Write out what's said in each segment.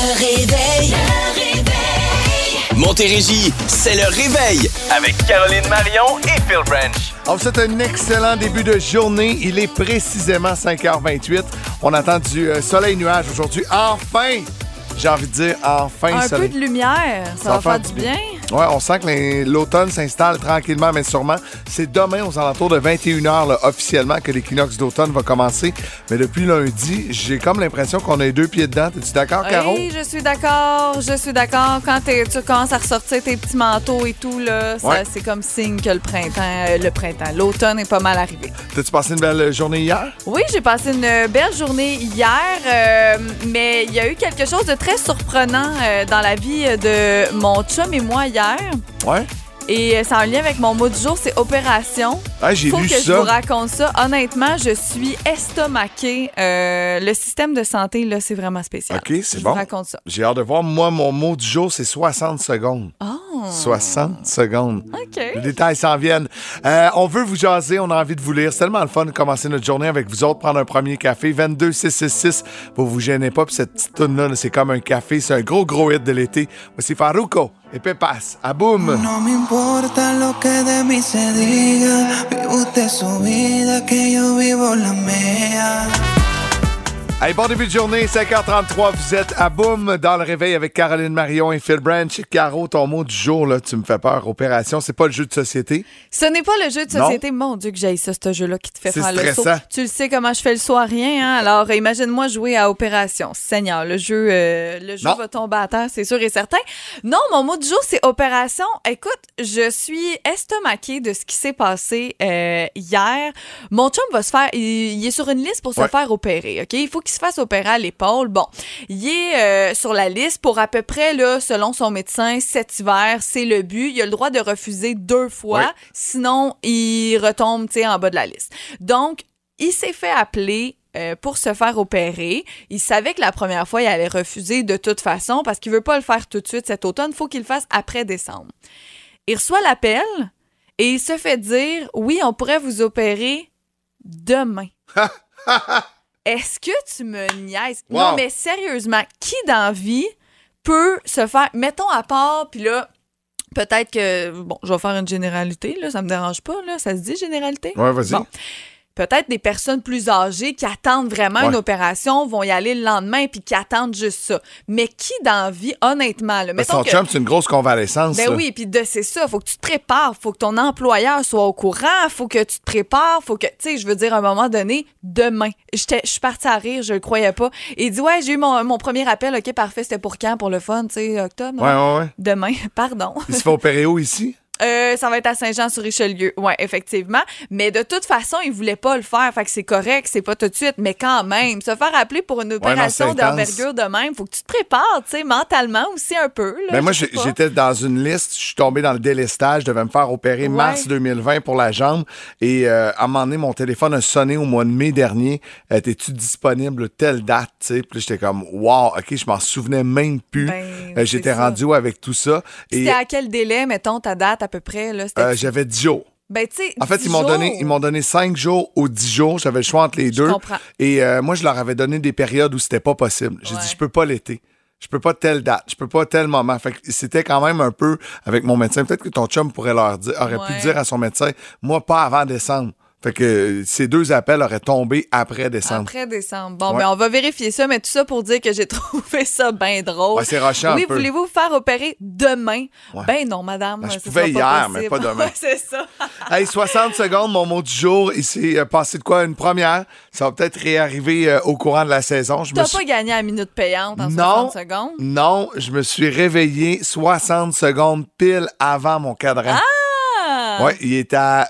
réveil. Montérégie, c'est le réveil avec Caroline Marion et Phil Branch. On vous souhaite un excellent début de journée. Il est précisément 5h28. On attend du soleil-nuage aujourd'hui. Enfin! J'ai envie de dire enfin. Un peu de lumière, ça va faire du bien. Ouais, on sent que l'automne s'installe tranquillement, mais sûrement. C'est demain, aux alentours de 21h, là, officiellement, que l'équinoxe d'automne va commencer. Mais depuis lundi, j'ai comme l'impression qu'on a les deux pieds dedans. Es-tu d'accord, Caro? Oui, je suis d'accord. Quand tu commences à ressortir tes petits manteaux et tout, là, Ouais. c'est comme signe que l'automne est pas mal arrivé. T'as-tu passé une belle journée hier? Oui, j'ai passé une belle journée hier, mais il y a eu quelque chose de très surprenant dans la vie de mon chum et moi hier. Ouais. Et c'est en lien avec mon mot du jour, c'est opération. Ah, j'ai Faut lu que ça. je vous raconte ça. Honnêtement, je suis estomaquée. Le système de santé, là, c'est vraiment spécial. OK, c'est je bon. vous raconte ça. J'ai hâte de voir. Moi, mon mot du jour, c'est 60 secondes. Oh. 60 secondes. OK. Les détails s'en viennent. On veut vous jaser, on a envie de vous lire. C'est tellement le fun de commencer notre journée avec vous autres, prendre un premier café. 22666, vous vous gênez pas. Puis cette petite toune-là, là, c'est comme un café. C'est un gros hit de l'été. Voici Farruko et Pepas. À boum! No me importa lo que de mí se diga, vive usted su vida, que yo vivo la mía. Hey, bon début de journée, 5h33, vous êtes à Boum dans le réveil avec Caroline Marion et Phil Branch. Caro, ton mot du jour, là, tu me fais peur. Opération, c'est pas le jeu de société. Ce n'est pas le jeu de société. Mon Dieu, que j'aille ça, ce jeu-là qui te fait C'est faire le saut. stressant. Tu le sais comment je fais le saut à rien, hein? Alors, imagine-moi jouer à Opération. Seigneur, le jeu Non. va tomber à terre, c'est sûr et certain. Non, mon mot du jour, c'est Opération. Écoute, je suis estomaquée de ce qui s'est passé hier. Mon chum va se faire... Il est sur une liste pour se faire opérer, OK? Il faut qu'il se fasse opérer à l'épaule. Bon, il est sur la liste pour à peu près, là, selon son médecin, cet hiver, c'est le but. Il a le droit de refuser 2 fois, sinon il retombe, tu sais, en bas de la liste. Donc, il s'est fait appeler pour se faire opérer. Il savait que la première fois, il allait refuser de toute façon parce qu'il veut pas le faire tout de suite cet automne. Il faut qu'il le fasse après décembre. Il reçoit l'appel et il se fait dire « Oui, on pourrait vous opérer demain. » Est-ce que tu me niaises? Wow. Non, mais sérieusement, qui dans la vie peut se faire... Mettons à part, puis là, peut-être que... Bon, je vais faire une généralité, là, ça me dérange pas, là. Ça se dit, généralité? Ouais, vas-y. Bon. Peut-être des personnes plus âgées qui attendent vraiment une opération, vont y aller le lendemain puis qui attendent juste ça. Mais qui dans la vie, honnêtement, là, Son chum, c'est une grosse convalescence. ben ça. oui, puis c'est ça, faut que tu te prépares, faut que ton employeur soit au courant, faut que tu te prépares, faut que, tu sais, je veux dire, à un moment donné, demain. Je suis partie à rire, je le croyais pas. Et il dit, ouais, j'ai eu mon premier appel, OK, parfait, c'était pour quand, pour le fun, tu sais, octobre? Ouais. Demain, pardon. Il se fait opérer où ici? Ça va être à Saint-Jean-sur-Richelieu. Oui, effectivement. Mais de toute façon, il voulait pas le faire. Fait que c'est correct, c'est pas tout de suite. Mais quand même, se faire appeler pour une opération d'envergure de même, faut que tu te prépares, tu sais, mentalement aussi un peu. Là, Ben moi, je sais pas. j'étais dans une liste. Je suis tombé dans le délestage. Je devais me faire opérer mars 2020 pour la jambe. Et à un moment donné, mon téléphone a sonné au mois de mai dernier. T'es-tu disponible telle date? T'sais? Puis j'étais comme, wow, OK, je m'en souvenais même plus. Ben, J'étais c'est ça. rendu avec tout ça. C'était à quel délai, mettons, ta date à peu près? Là, J'avais 10 jours. Ben, tu sais, En fait, 10 ils m'ont donné 5 jours ou 10 jours. J'avais le choix entre les deux. Je comprends. Et moi, je leur avais donné des périodes où c'était pas possible. J'ai dit, je peux pas l'été. Je peux pas telle date. Je peux pas tel moment. Fait que c'était quand même un peu avec mon médecin. Peut-être que ton chum aurait pu dire à son médecin, moi, pas avant décembre. Fait que ces 2 appels auraient tombé après décembre. Après décembre. Bon, ben on va vérifier ça, mais tout ça pour dire que j'ai trouvé ça bien drôle. Ouais, c'est rushant Oui, un peu. voulez-vous vous faire opérer demain? Ouais. Ben non, madame. Ben, je ce pouvais sera hier, possible. mais pas demain. Ouais, c'est ça. Hey, 60 secondes, mon mot du jour. Il s'est passé de quoi? Une première. Ça va peut-être réarriver au courant de la saison. T'as pas gagné à minute payante en 60 secondes? Non, je me suis réveillé 60 secondes pile avant mon cadran. Oui, il était à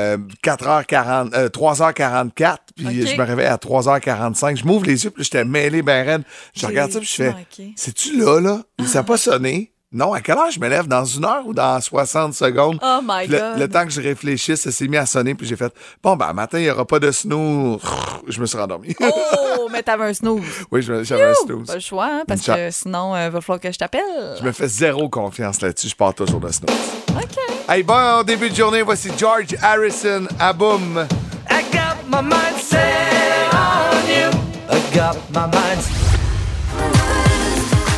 3h44, puis je me réveille à 3h45. Je m'ouvre les yeux, puis j'étais mêlé ben raide. Je regarde ça, puis je fais, c'est-tu là? Ça n'a pas sonné. Non, à quelle heure je me lève? Dans 1 heure ou dans 60 secondes? Oh my God! Le temps que je réfléchisse, ça s'est mis à sonner, puis j'ai fait, bon, ben, matin, il n'y aura pas de snooze. Je me suis rendormi. Oh, mais t'avais un snooze. Oui, j'avais un snooze. Pas le choix, hein, parce que sinon, il va falloir que je t'appelle. Je me fais zéro confiance là-dessus. Je pars toujours de snooze. OK. Hey, bon début de journée. Voici George Harrison à Boom. I got my mind set on you. I got my mind.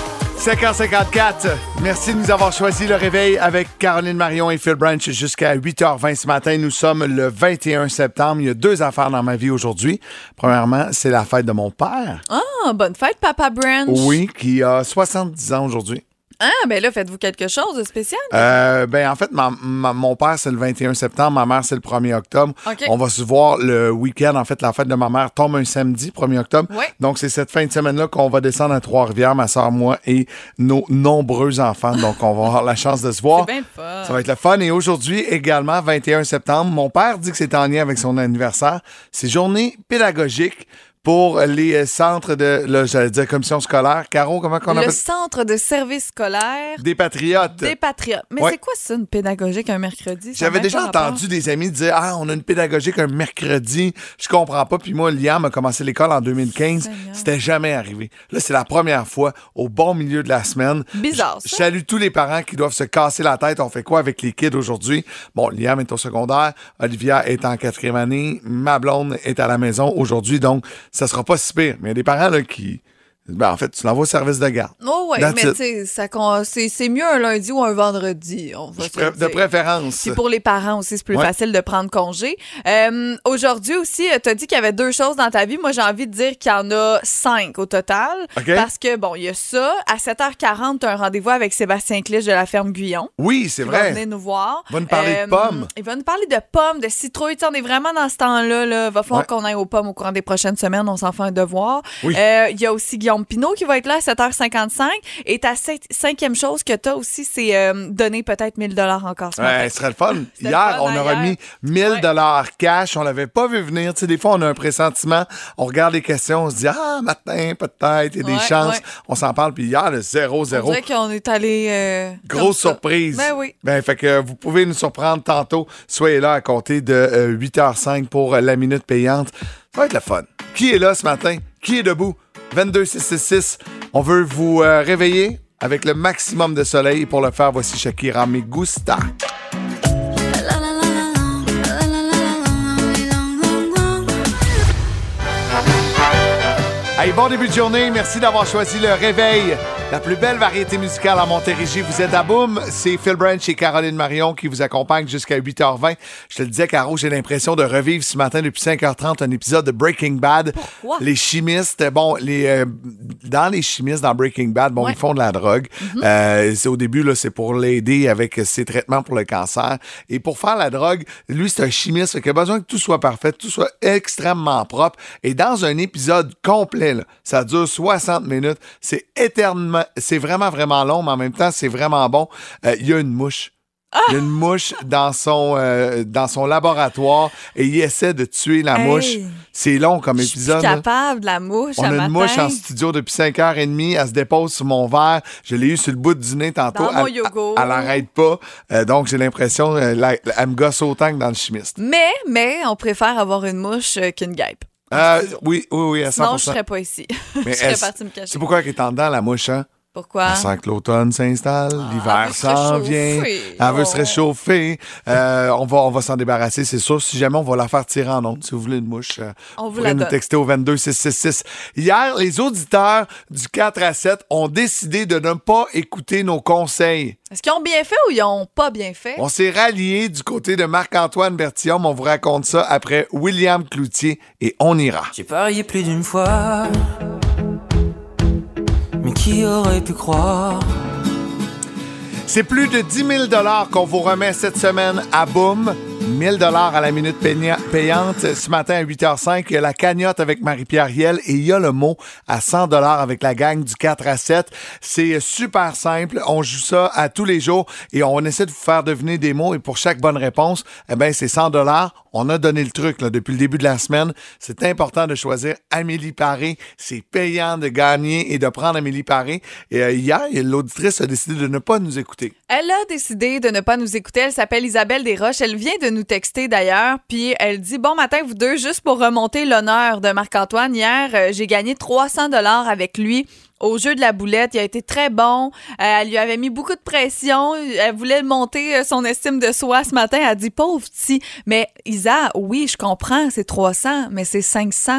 5h54. Merci de nous avoir choisi le réveil avec Caroline Marion et Phil Branch jusqu'à 8h20 ce matin. Nous sommes le 21 septembre. Il y a 2 affaires dans ma vie aujourd'hui. Premièrement, c'est la fête de mon père. Ah, bonne fête, Papa Branch. Oui, qui a 70 ans aujourd'hui. Ah, ben là, faites-vous quelque chose de spécial? En fait, mon père, c'est le 21 septembre. Ma mère, c'est le 1er octobre. Okay. On va se voir le week-end. En fait, la fête de ma mère tombe un samedi, 1er octobre. Ouais. Donc, c'est cette fin de semaine-là qu'on va descendre à Trois-Rivières, ma soeur, moi et nos nombreux enfants. Donc, on va avoir la chance de se voir. C'est bien le fun. Ça va être le fun. Et aujourd'hui, également, 21 septembre, mon père dit que c'est en lien avec son anniversaire. C'est journée pédagogique pour les centres de, là, j'allais dire commission scolaire. Caro, comment on appelle? Le centre de service scolaire Des patriotes. des patriotes. Mais Ouais. c'est quoi ça, une pédagogique un mercredi? Ça J'avais n'a déjà même pas entendu des amis dire « Ah, on a une pédagogique un mercredi. » Je comprends pas. Puis moi, Liam a commencé l'école en 2015. Seigneur. C'était jamais arrivé. Là, c'est la première fois au bon milieu de la semaine. Bizarre, Je ça. salue tous les parents qui doivent se casser la tête. On fait quoi avec les kids aujourd'hui? Bon, Liam est au secondaire. Olivia est en 4e année. Ma blonde est à la maison aujourd'hui. Donc, ça sera pas si pire. Mais il y a des parents là, qui... Ben, en fait, tu l'envoies au service de garde. Oh oui, That's mais it. tu sais, c'est mieux un lundi ou un vendredi, on va se le De dire. préférence. Puis pour les parents aussi, c'est plus Ouais. facile de prendre congé. Aujourd'hui aussi, tu as dit qu'il y avait 2 choses dans ta vie. Moi, j'ai envie de dire qu'il y en a 5 au total. OK. Parce que, bon, il y a ça. À 7h40, tu as un rendez-vous avec Sébastien Clich de la ferme Guyon. Oui, c'est Il va vrai. venir nous voir. Il va nous parler de pommes. Il va nous parler de pommes, de citrouilles. Tu sais, on est vraiment dans ce temps-là. Là. Va falloir Ouais. qu'on aille aux pommes au courant des prochaines semaines. On s'en fait un devoir. Oui. Il y a aussi Guillaume Pinault qui va être là à 7h55. Et ta 5e chose que tu as aussi, c'est donner peut-être 1 000 $ encore ce matin. Ouais, ce serait le fun. C'était Hier, le fun, on a remis 1 000 $ cash. On l'avait pas vu venir. Tu sais, des fois, on a un pressentiment. On regarde les questions. On se dit, ah, matin, peut-être, il y a des Ouais, chances. ouais. On s'en parle. Puis hier, le On 0-0. dirait qu'on est allé... comme Grosse ça. surprise. Ben oui. Ben, fait que vous pouvez nous surprendre tantôt. Soyez là à compter de 8h05 pour la minute payante. Ça va être le fun. Qui est là ce matin? Qui est debout? 22666. On veut vous réveiller avec le maximum de soleil. Et pour le faire, voici Shakira Me Gusta. Hey, bon début de journée. Merci d'avoir choisi le réveil. La plus belle variété musicale en Montérégie. Vous êtes à Boom. C'est Phil Branch et Caroline Marion qui vous accompagnent jusqu'à 8h20. Je te le disais, Caro, j'ai l'impression de revivre ce matin depuis 5h30 un épisode de Breaking Bad. Pourquoi? Les chimistes, bon, dans les chimistes, dans Breaking Bad, bon, Ouais. ils font de la drogue. C'est au début, là, c'est pour l'aider avec ses traitements pour le cancer. Et pour faire la drogue, lui, c'est un chimiste, fait qu'il a besoin que tout soit parfait, tout soit extrêmement propre. Et dans un épisode complet, là, ça dure 60 minutes, c'est éternellement, c'est vraiment, vraiment long, mais en même temps, c'est vraiment bon. Il y a une mouche. Il y a une mouche dans son laboratoire et il essaie de tuer la Hey. mouche. C'est long comme Je suis épisode. plus là. capable de la mouche On a à une matin. mouche en studio depuis 5h30. Elle se dépose sur mon verre. Je l'ai eu sur le bout du nez tantôt. Dans mon Elle yogourt. n'arrête pas. Donc, j'ai l'impression elle me gosse autant que dans le chimiste. Mais on préfère avoir une mouche qu'une guêpe. Oui, à 100%. Sinon, je serais pas ici. Mais je serais est-ce- partie me cacher. C'est pourquoi elle est en dedans, la mouche, hein? Pourquoi? Elle sent que l'automne s'installe, elle l'hiver veut se s'en vient, réchauffer. elle veut se Oh. réchauffer. On va s'en débarrasser, c'est sûr. Si jamais on va la faire tirer en ondes, si vous voulez une mouche, On vous vous pourrez la nous donne. texter au 22666. Hier, les auditeurs du 4 à 7 ont décidé de ne pas écouter nos conseils. Est-ce qu'ils ont bien fait ou ils ont pas bien fait? On s'est ralliés du côté de Marc-Antoine Bertillon. On vous raconte ça après William Cloutier et on ira. J'ai parié plus d'une fois, mais qui aurait pu croire? C'est plus de 10 000 $ qu'on vous remet cette semaine à Boom. 1 000 $ à la minute payante. Ce matin à 8h05, il y a la cagnotte avec Marie-Pierre Riel et il y a le mot à 100 $ avec la gang du 4 à 7. C'est super simple. On joue ça à tous les jours et on essaie de vous faire deviner des mots et pour chaque bonne réponse, eh ben c'est 100 $. On a donné le truc là, depuis le début de la semaine. C'est important de choisir Amélie Paré. C'est payant de gagner et de prendre Amélie Paré. Et hier, l'auditrice a décidé de ne pas nous écouter. Elle a décidé de ne pas nous écouter. Elle s'appelle Isabelle Desroches. Elle vient de nous texter d'ailleurs. Puis elle dit, bon matin vous deux, juste pour remonter l'honneur de Marc-Antoine. Hier, j'ai gagné 300 $ avec lui au jeu de la boulette. Il a été très bon. Elle lui avait mis beaucoup de pression. Elle voulait monter son estime de soi ce matin. Elle a dit, pauvre petit. Mais Isa, oui, je comprends, c'est 300, mais c'est 500.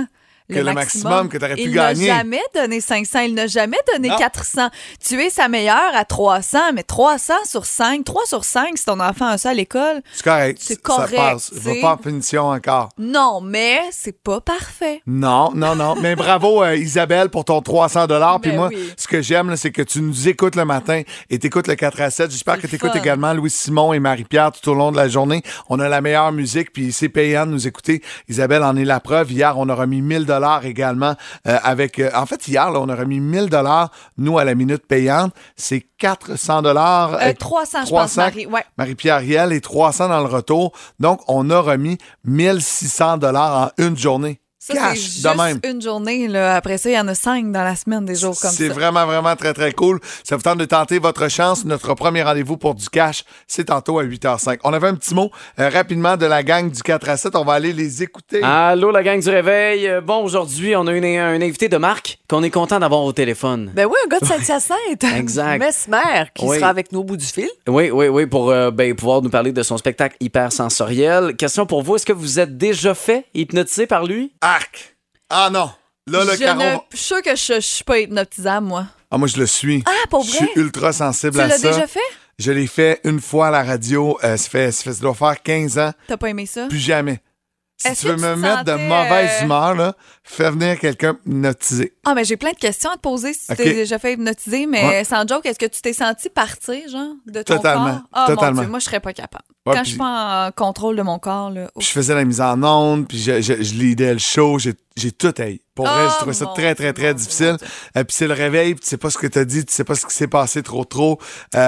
que le maximum que tu aurais pu gagner. Il n'a jamais donné 500, il n'a jamais donné 400. Tu es sa meilleure à 300, mais 300 sur 5, 3 sur 5, si ton enfant a ça à l'école, c'est correct. C'est correct. Ça passe. Il va pas en punition encore. Non, mais c'est pas parfait. Non. Mais bravo, Isabelle, pour ton 300 $. Puis moi, oui. ce que j'aime, là, c'est que tu nous écoutes le matin et t'écoutes le 4 à 7. J'espère que tu écoutes également Louis-Simon et Marie-Pierre tout au long de la journée. On a la meilleure musique, puis c'est payant de nous écouter. Isabelle en est la preuve. Hier, on a remis 1000 $ également avec... en fait, hier, là, on a remis 1000 $, nous, à la minute payante. C'est 400 $. 300, je pense, Marie. Ouais. Marie-Pierre Riel et 300 dans le retour. Donc, on a remis 1600 $ en une journée. Ça, Cash, c'est juste de même. une journée. Là. Après ça, il y en a 5 dans la semaine, des jours comme ça. C'est vraiment, vraiment très, très cool. Ça vous tente de tenter votre chance. Notre premier rendez-vous pour du cash, c'est tantôt à 8h05. On avait un petit mot rapidement de la gang du 4 à 7. On va aller les écouter. Allô, la gang du Réveil. Bon, aujourd'hui, on a un invité de marque qu'on est content d'avoir au téléphone. Ben oui, un gars de Saint-Hyacinthe. Exact. Mesmer, qui sera avec nous au bout du fil. Oui, pour pouvoir nous parler de son spectacle hyper sensoriel. Question pour vous, est-ce que vous êtes déjà fait hypnotiser par lui? Arc! Ah non! Là, le Caro... Je suis sûre que je suis pas hypnotisable, moi. Ah, moi, je le suis. Ah, pour vrai? Je suis ultra sensible Tu à l'as ça. déjà fait? Je l'ai fait une fois à la radio. Ça doit faire 15 ans. T'as pas aimé ça? Plus jamais. Si Est-ce tu veux que me tu mettre de sentais, mauvaise humeur, là, fais venir quelqu'un hypnotisé. Ah, mais j'ai plein de questions à te poser si tu OK. t'es déjà fait hypnotiser, mais sans joke, est-ce que tu t'es senti partir, genre, de ton Totalement. corps? Ah, Totalement. mon Dieu, moi, je serais pas capable. Ouais, Quand puis- je suis pas en contrôle de mon corps, là. Puis je faisais la mise en onde, puis je leadais le show. J'ai tout haï. Pour vrai, j'ai trouvé ça mon très, très, très Dieu, difficile. Puis c'est le réveil, puis tu sais pas ce que t'as dit, tu sais pas ce qui s'est passé trop.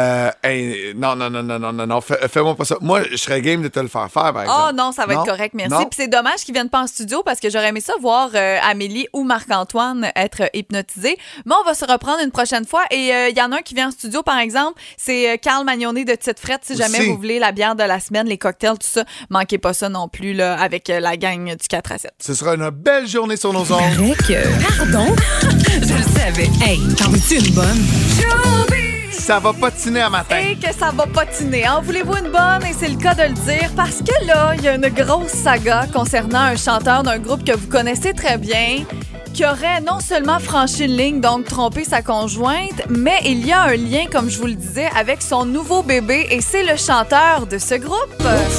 Non. Fais-moi pas ça. Moi, je serais game de te le faire, par exemple. Oh non, ça va être correct, merci. Non? Puis c'est dommage qu'ils viennent pas en studio parce que j'aurais aimé ça voir Amélie ou Marc-Antoine être hypnotisés. Mais on va se reprendre une prochaine fois. Et il y en a un qui vient en studio, par exemple, c'est Carl Magnonnet de Tite Frette. Si jamais Aussi. vous voulez la bière de la semaine, les cocktails, tout ça, manquez pas ça non plus là, avec la gang du 4 à 7. Ce sera une belle journée sur nos ondes. Pardon? Je le savais. Hey, t'en veux-tu une bonne? Ça va patiner à matin. Et que ça va patiner. En voulez-vous une bonne? Et c'est le cas de le dire parce que là, il y a une grosse saga concernant un chanteur d'un groupe que vous connaissez très bien qui aurait non seulement franchi une ligne, donc trompé sa conjointe, mais il y a un lien, comme je vous le disais, avec son nouveau bébé et c'est le chanteur de ce groupe.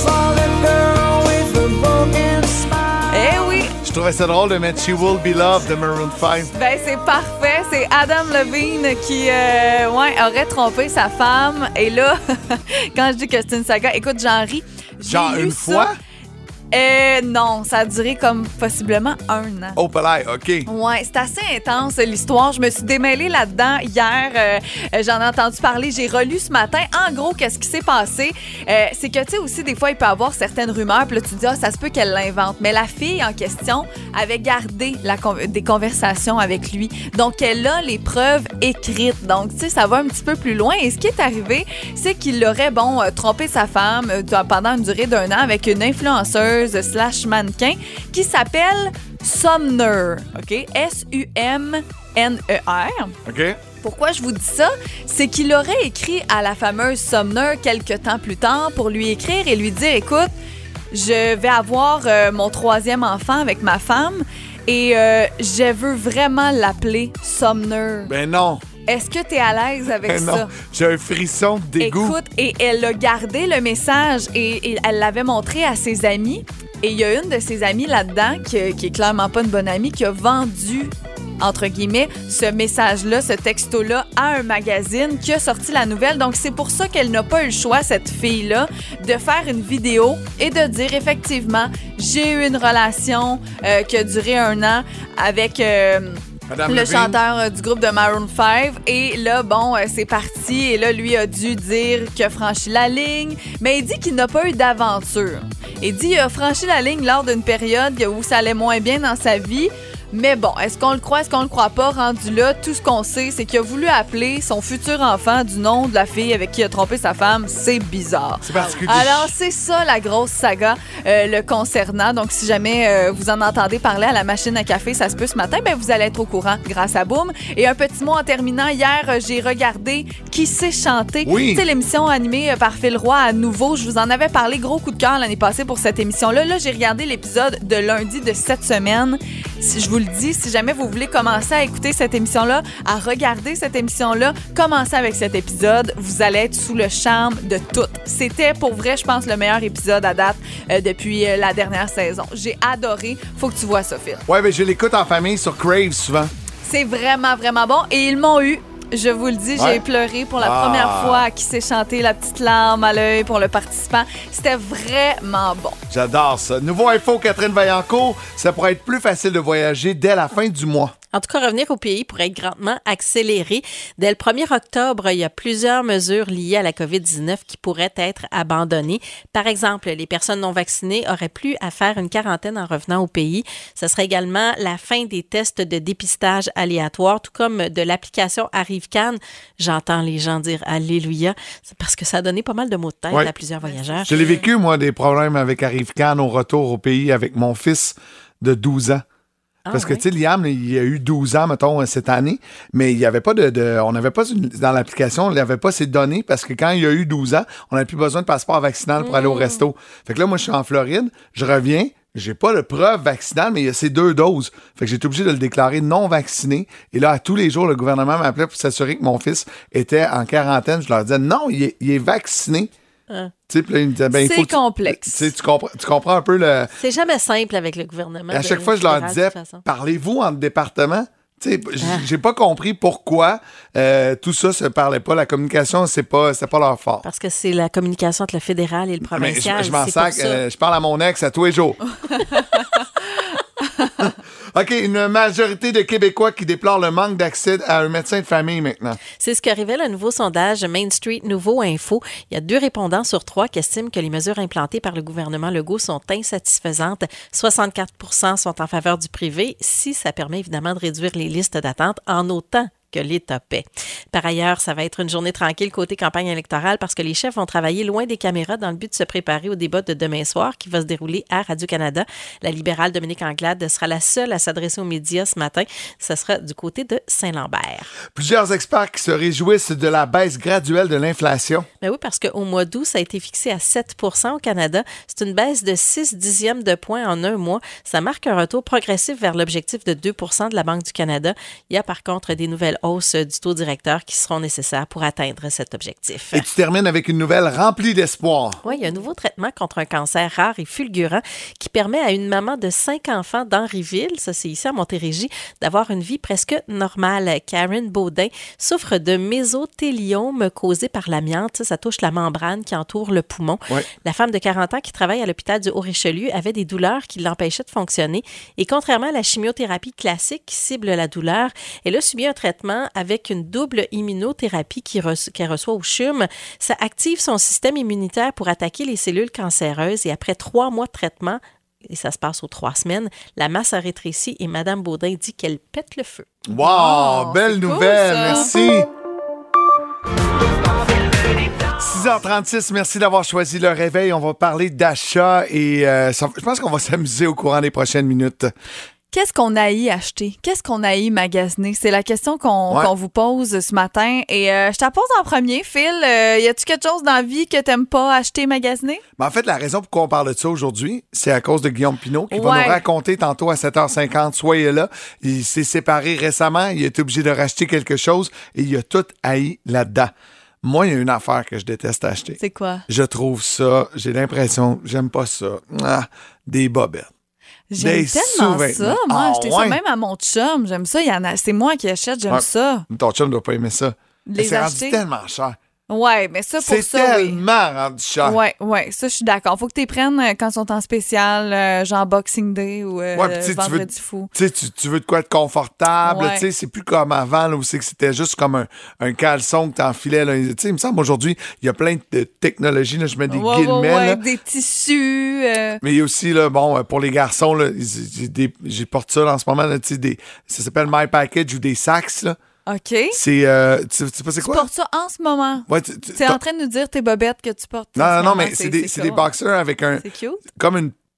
Eh oui! Je trouvais ça drôle de mettre She Will Be Loved de Maroon 5. Ben, c'est parfait. C'est Adam Levine qui aurait trompé sa femme. Et là, quand je dis que c'est une saga, écoute, j'en ris. J'ai Genre lu une ça. fois? Non, ça a duré comme possiblement 1 an. Oh, palais, OK. Ouais, c'est assez intense l'histoire. Je me suis démêlée là-dedans hier. J'en ai entendu parler. J'ai relu ce matin. En gros, qu'est-ce qui s'est passé? C'est que, tu sais, aussi, des fois, il peut y avoir certaines rumeurs. Puis là, tu te dis, ça se peut qu'elle l'invente. Mais la fille en question avait gardé des conversations avec lui. Donc, elle a les preuves écrites. Donc, tu sais, ça va un petit peu plus loin. Et ce qui est arrivé, c'est qu'il aurait, trompé sa femme pendant une durée d'1 an avec une influenceuse / mannequin qui s'appelle Sumner, OK? S-U-M-N-E-R. OK. Pourquoi je vous dis ça? C'est qu'il aurait écrit à la fameuse Sumner quelques temps plus tard pour lui écrire et lui dire, écoute, je vais avoir mon 3e enfant avec ma femme et je veux vraiment l'appeler Sumner. Ben non. Est-ce que tu es à l'aise avec Ben ça? non. J'ai un frisson de dégoût. Écoute, et elle a gardé le message et elle l'avait montré à ses amis. Et il y a une de ses amies là-dedans, qui est clairement pas une bonne amie, qui a vendu, entre guillemets, ce message-là, ce texto-là, à un magazine qui a sorti la nouvelle. Donc, c'est pour ça qu'elle n'a pas eu le choix, cette fille-là, de faire une vidéo et de dire, effectivement, j'ai eu une relation qui a duré 1 an avec... Madame le Levine. chanteur du groupe de Maroon 5. Et là, c'est parti. Et là, lui a dû dire qu'il a franchi la ligne. Mais il dit qu'il n'a pas eu d'aventure. Il dit qu'il a franchi la ligne lors d'une période où ça allait moins bien dans sa vie. Mais bon, est-ce qu'on le croit, est-ce qu'on le croit pas? Rendu là, tout ce qu'on sait, c'est qu'il a voulu appeler son futur enfant du nom de la fille avec qui il a trompé sa femme. C'est bizarre. C'est particulier. Alors, c'est ça la grosse saga le concernant. Donc, si jamais vous en entendez parler à la machine à café, ça se peut ce matin, vous allez être au courant grâce à Boom. Et un petit mot en terminant. Hier, j'ai regardé Qui sait chanter. Oui. Tu sais, l'émission animée par Phil Roy à nouveau. Je vous en avais parlé. Gros coup de cœur l'année passée pour cette émission-là. Là, j'ai regardé l'épisode de lundi de cette semaine. si je vous le dis, si jamais vous voulez commencer à écouter cette émission-là, à regarder cette émission-là, commencez avec cet épisode. Vous allez être sous le charme de tout. C'était pour vrai, je pense, le meilleur épisode à date depuis la dernière saison. J'ai adoré. Faut que tu vois ça, Phil. Ouais, mais je l'écoute en famille sur Crave souvent. C'est vraiment, vraiment bon. Et ils m'ont eu. Je vous le dis, j'ai pleuré pour la première fois à qui s'est chanté la petite larme à l'œil pour le participant. C'était vraiment bon. J'adore ça. Nouveau info, Catherine Vaillancourt, ça pourrait être plus facile de voyager dès la fin du mois. En tout cas, revenir au pays pourrait être grandement accéléré. Dès le 1er octobre, il y a plusieurs mesures liées à la COVID-19 qui pourraient être abandonnées. Par exemple, les personnes non vaccinées auraient plus à faire une quarantaine en revenant au pays. Ce serait également la fin des tests de dépistage aléatoires, tout comme de l'application ArriveCan. J'entends les gens dire « Alléluia », c'est parce que ça a donné pas mal de mots de tête à plusieurs voyageurs. Je l'ai vécu, moi, des problèmes avec ArriveCan au retour au pays avec mon fils de 12 ans. Parce que, tu sais, Liam, il a eu 12 ans, mettons, cette année, mais il n'y avait pas on n'avait pas, dans l'application, il n'y avait pas ses données parce que quand il a eu 12 ans, on n'avait plus besoin de passeport vaccinal pour aller au resto. Fait que là, moi, je suis en Floride, je reviens, j'ai pas de preuve vaccinale, mais il y a ces 2 doses. Fait que j'ai été obligé de le déclarer non vacciné. Et là, à tous les jours, le gouvernement m'appelait pour s'assurer que mon fils était en quarantaine. Je leur disais, non, il est vacciné. C'est complexe. Tu comprends un peu le... C'est jamais simple avec le gouvernement. À chaque fois, je leur disais, parlez-vous entre départements? J'ai pas compris pourquoi tout ça se parlait pas. La communication, c'était pas leur fort. Parce que c'est la communication entre le fédéral et le provincial. Je m'en sac. Je parle à mon ex à tous les jours. OK, une majorité de Québécois qui déplorent le manque d'accès à un médecin de famille maintenant. C'est ce que révèle un nouveau sondage Main Street Nouveau Info. Il y a 2 répondants sur 3 qui estiment que les mesures implantées par le gouvernement Legault sont insatisfaisantes. 64% sont en faveur du privé, si ça permet évidemment de réduire les listes d'attente en autant que l'État paie. Par ailleurs, ça va être une journée tranquille côté campagne électorale parce que les chefs vont travailler loin des caméras dans le but de se préparer au débat de demain soir qui va se dérouler à Radio-Canada. La libérale Dominique Anglade sera la seule à s'adresser aux médias ce matin. Ce sera du côté de Saint-Lambert. Plusieurs experts qui se réjouissent de la baisse graduelle de l'inflation. Ben oui, parce qu'au mois d'août, ça a été fixé à 7 % au Canada. C'est une baisse de 6 dixièmes de point en un mois. Ça marque un retour progressif vers l'objectif de 2 % de la Banque du Canada. Il y a par contre des nouvelles hausses du taux directeur qui seront nécessaires pour atteindre cet objectif. Et tu termines avec une nouvelle remplie d'espoir. Oui, il y a un nouveau traitement contre un cancer rare et fulgurant qui permet à une maman de 5 enfants d'Henryville, ça c'est ici à Montérégie, d'avoir une vie presque normale. Karen Baudin souffre de mésothéliome causé par l'amiante. Ça touche la membrane qui entoure le poumon. Ouais. La femme de 40 ans qui travaille à l'hôpital du Haut-Richelieu avait des douleurs qui l'empêchaient de fonctionner. Et contrairement à la chimiothérapie classique qui cible la douleur, elle a subi un traitement avec une double immunothérapie qu'elle reçoit au CHUM. Ça active son système immunitaire pour attaquer les cellules cancéreuses et après 3 mois de traitement, et ça se passe aux 3 semaines, la masse a rétréci et Mme Baudin dit qu'elle pète le feu. Wow! Belle nouvelle! Merci! 6h36, merci d'avoir choisi le réveil. On va parler d'achat et je pense qu'on va s'amuser au courant des prochaines minutes. Qu'est-ce qu'on haït acheter? Qu'est-ce qu'on haït magasiner? C'est la question qu'on vous pose ce matin. Et je te la pose en premier, Phil. Y a-tu quelque chose dans la vie que t'aimes pas acheter, magasiner? Ben en fait, la raison pourquoi on parle de ça aujourd'hui, c'est à cause de Guillaume Pinault qui va nous raconter tantôt à 7h50. Soyez là. Il s'est séparé récemment. Il a été obligé de racheter quelque chose et il a tout haï là-dedans. Moi, il y a une affaire que je déteste acheter. C'est quoi? Je trouve ça, j'ai l'impression, j'aime pas ça. Des bobettes. J'aime tellement ça. Moi, acheter ça même à mon chum. J'aime ça. C'est moi qui achète. J'aime ça. Ton chum ne doit pas aimer ça. C'est rendu tellement cher. Ouais, mais ça, pour ça, c'est tellement rendu cher. Ouais, ça, je suis d'accord. Faut que tu les prennes quand ils sont en spécial, genre Boxing Day ou Vendredi fou. Tu veux de quoi être confortable. C'est plus comme avant, là, où c'est que c'était juste comme un caleçon que t'enfilais. Là. Il me semble aujourd'hui, il y a plein de technologies. Là, je mets des guillemets. Là. Des tissus. Mais il y a aussi, là, bon, pour les garçons, là, j'ai porté ça là, en ce moment. Là, ça s'appelle My Package ou des sacs. Là. OK. C'est. Tu sais pas c'est quoi? Tu portes ça en ce moment. Ouais, tu es en train de nous dire tes bobettes que tu portes. Non, mais c'est des boxers avec un. C'est cute. Comme une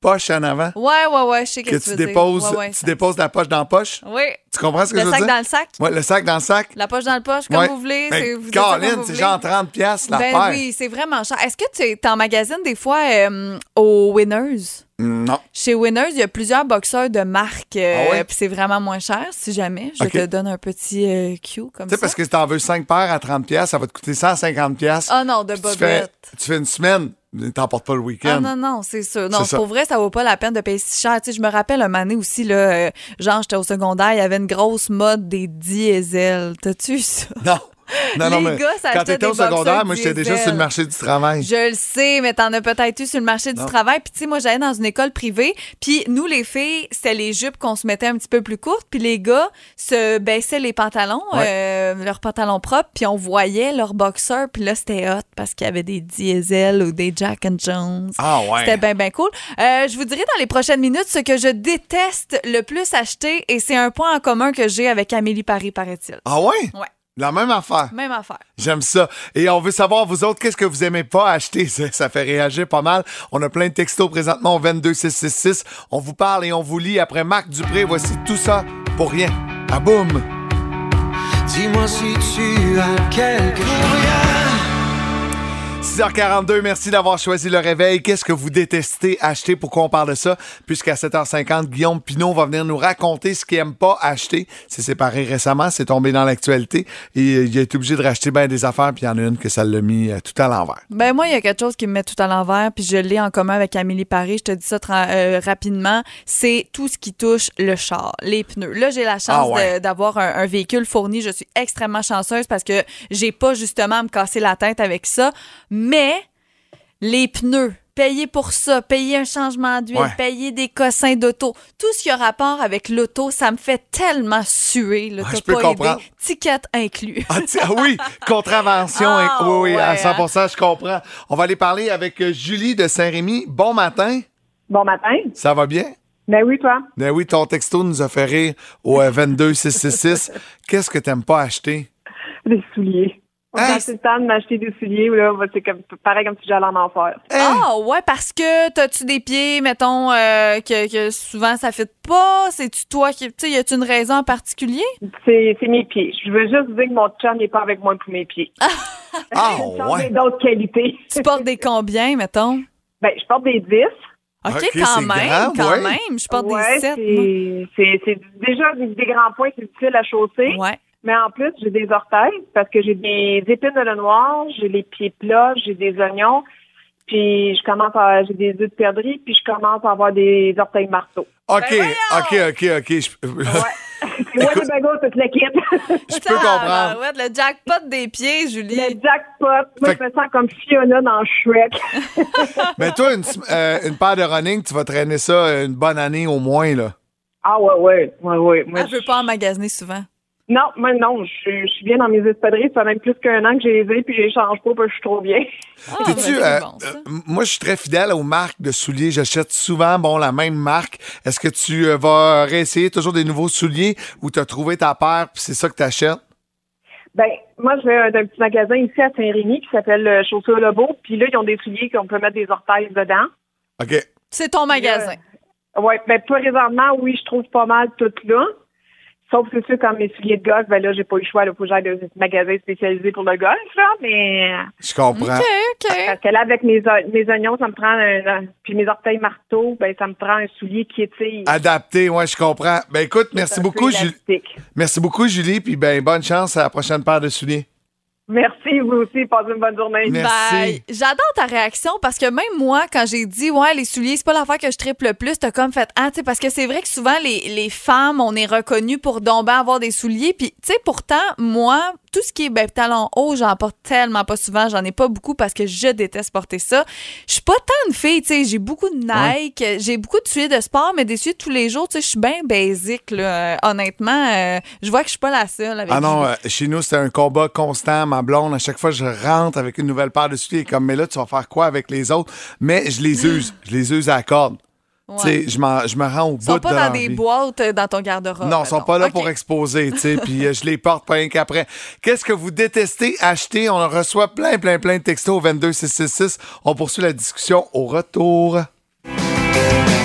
poche en avant. Ouais, je sais Que que tu veux dire. déposes, Ouais, tu déposes la poche dans la poche. Oui. Tu comprends ce que je Le veux sac dire? dans le sac. Ouais, le sac dans le sac. La poche dans le poche, comme Ouais. vous voulez. Mais Vous dites ça comme Caroline, vous c'est voulez. genre 30$ la Ben paire. oui, c'est vraiment cher. Est-ce que tu t'emmagasines des fois au Winners? Non. Chez Winners, il y a plusieurs boxeurs de marque. Ah ouais? Puis c'est vraiment moins cher, si jamais. Je Ok. te donne un petit cue comme Tu sais, ça. parce que si t'en veux 5 paires à 30$, ça va te coûter 150$. Ah non, de Puis tu fais, bobettes. tu fais une semaine, t'emportes pas le week-end. Ah non, c'est sûr. Non, C'est ça. pour vrai, ça vaut pas la peine de payer si cher. Tu sais, je me rappelle un moment donné aussi, là, genre, j'étais au secondaire, il y avait une grosse mode des diesels. T'as-tu eu ça? Non. Non, Les mais gars, ça quand achetait t'étais au des boxers secondaire, moi, j'étais déjà diesel. sur le marché du travail. Je le sais, mais t'en as peut-être eu sur le marché du Non. travail. Puis, tu sais, moi, j'allais dans une école privée. Puis, nous, les filles, c'était les jupes qu'on se mettait un petit peu plus courtes. Puis, les gars se baissaient les pantalons, leurs pantalons propres. Puis, on voyait leurs boxeurs. Puis là, c'était hot parce qu'il y avait des Diesel ou des Jack and Jones. Ah ouais. C'était bien, bien cool. Je vous dirai dans les prochaines minutes ce que je déteste le plus acheter. Et c'est un point en commun que j'ai avec Amélie Paris, paraît-il. Ah ouais? Ouais. La même affaire. Même affaire. J'aime ça. Et on veut savoir, vous autres, qu'est-ce que vous aimez pas acheter? Ça fait réagir pas mal. On a plein de textos présentement au 22666. On vous parle et on vous lit après Marc Dupré. Voici Tout ça pour rien. Ah boum! Dis-moi si tu as quelque chose. 6h42, merci d'avoir choisi le réveil. Qu'est-ce que vous détestez acheter? Pourquoi on parle de ça? Puisqu'à 7h50, Guillaume Pinot va venir nous raconter ce qu'il aime pas acheter. C'est séparé récemment, c'est tombé dans l'actualité. Et il a été obligé de racheter bien des affaires, puis il y en a une que ça l'a mis tout à l'envers. Ben moi, il y a quelque chose qui me met tout à l'envers, puis je l'ai en commun avec Amélie Paris. Je te dis ça rapidement. C'est tout ce qui touche le char, les pneus. Là, j'ai la chance d'avoir un véhicule fourni. Je suis extrêmement chanceuse parce que j'ai pas justement à me casser la tête avec ça. Mais les pneus, payer pour ça, payer un changement d'huile, payer des cossins d'auto, tout ce qui a rapport avec l'auto, ça me fait tellement suer. Là, je peux comprendre. Ticket inclus. Ah oui, contravention. Oui, à 100%, je comprends. On va aller parler avec Julie de Saint-Rémy. Bon matin. Bon matin. Ça va bien? Ben oui, toi. Ben oui, ton texto nous a fait rire au 22666. Qu'est-ce que t'aimes pas acheter? Des souliers. Quand c'est le temps de m'acheter des souliers, là, c'est pareil comme si j'allais en enfer. Ah, ouais, parce que t'as-tu des pieds, mettons, que souvent ça fit pas? C'est-tu toi qui. Tu sais, y a-tu une raison en particulier? C'est mes pieds. Je veux juste dire que mon chum n'est pas avec moi pour mes pieds. ouais. D'autres qualités. Tu portes des combien, mettons? Ben, je porte des 10. OK, quand même. Je porte des 7. C'est déjà des grands points, c'est difficile à chausser. Ouais. Mais en plus, j'ai des orteils parce que j'ai des épines de le noir, j'ai les pieds plats, j'ai des oignons, puis j'ai des œufs de perdrix, puis je commence à avoir des orteils marteaux. OK. Ouais. Moi, les bagos, toute l'équipe. Je peux comprendre. Ouais, le jackpot des pieds, Julie. Le jackpot. Moi, je me sens comme Fiona dans Shrek. Mais toi, une paire de running, tu vas traîner ça une bonne année au moins, là. Ah ouais. Moi, je veux pas emmagasiner souvent. Non, moi non, je suis bien dans mes espadrilles. Ça fait même plus qu'un an que j'ai les ai, puis je les change pas parce que je suis trop bien. Moi, je suis très fidèle aux marques de souliers. J'achète souvent la même marque. Est-ce que tu vas réessayer toujours des nouveaux souliers ou tu as trouvé ta paire puis c'est ça que tu achètes? Ben, moi, je vais d'un petit magasin ici à Saint-Rémy qui s'appelle Chaussures Lebeau. Puis là, ils ont des souliers qu'on peut mettre des orteils dedans. OK. C'est ton magasin. Oui, ben présentement, oui, je trouve pas mal tout là. Sauf c'est sûr, quand mes souliers de golf, ben là, j'ai pas eu le choix. Il faut que j'aille dans un magasin spécialisé pour le golf, là, mais... Je comprends. OK. Parce que là, avec mes oignons, ça me prend... puis mes orteils marteaux, ben ça me prend un soulier qui étire. Adapté, ouais, je comprends. Ben écoute, merci beaucoup, Julie. Merci beaucoup, Julie, puis ben bonne chance à la prochaine paire de souliers. Merci, vous aussi. Passez une bonne journée. Merci. Bye. J'adore ta réaction parce que même moi, quand j'ai dit, les souliers, c'est pas l'affaire que je triple le plus, t'as comme fait, tu sais, parce que c'est vrai que souvent, les femmes, on est reconnues pour donc bien avoir des souliers. Puis, tu sais, pourtant, moi, tout ce qui est talons hauts, j'en porte tellement pas souvent. J'en ai pas beaucoup parce que je déteste porter ça. Je suis pas tant une fille, tu sais. J'ai beaucoup de Nike, j'ai beaucoup de souliers de sport, mais des souliers tous les jours, tu sais, je suis bien basique, là. Honnêtement, je vois que je suis pas la seule avec chez nous, c'était un combat constant. Ma blonde, à chaque fois, je rentre avec une nouvelle paire de souliers. Comme, mais là, tu vas faire quoi avec les autres? Mais je les use. Je les use à la corde. Ouais. Tu sais, je me rends au bout de Ils sont pas dans l'envie. des boîtes dans ton garde-robe. Non, ils sont pas là pour exposer, tu sais, puis je les porte pas rien qu'après. Qu'est-ce que vous détestez acheter? On en reçoit plein de textos au 22666. On poursuit la discussion au retour.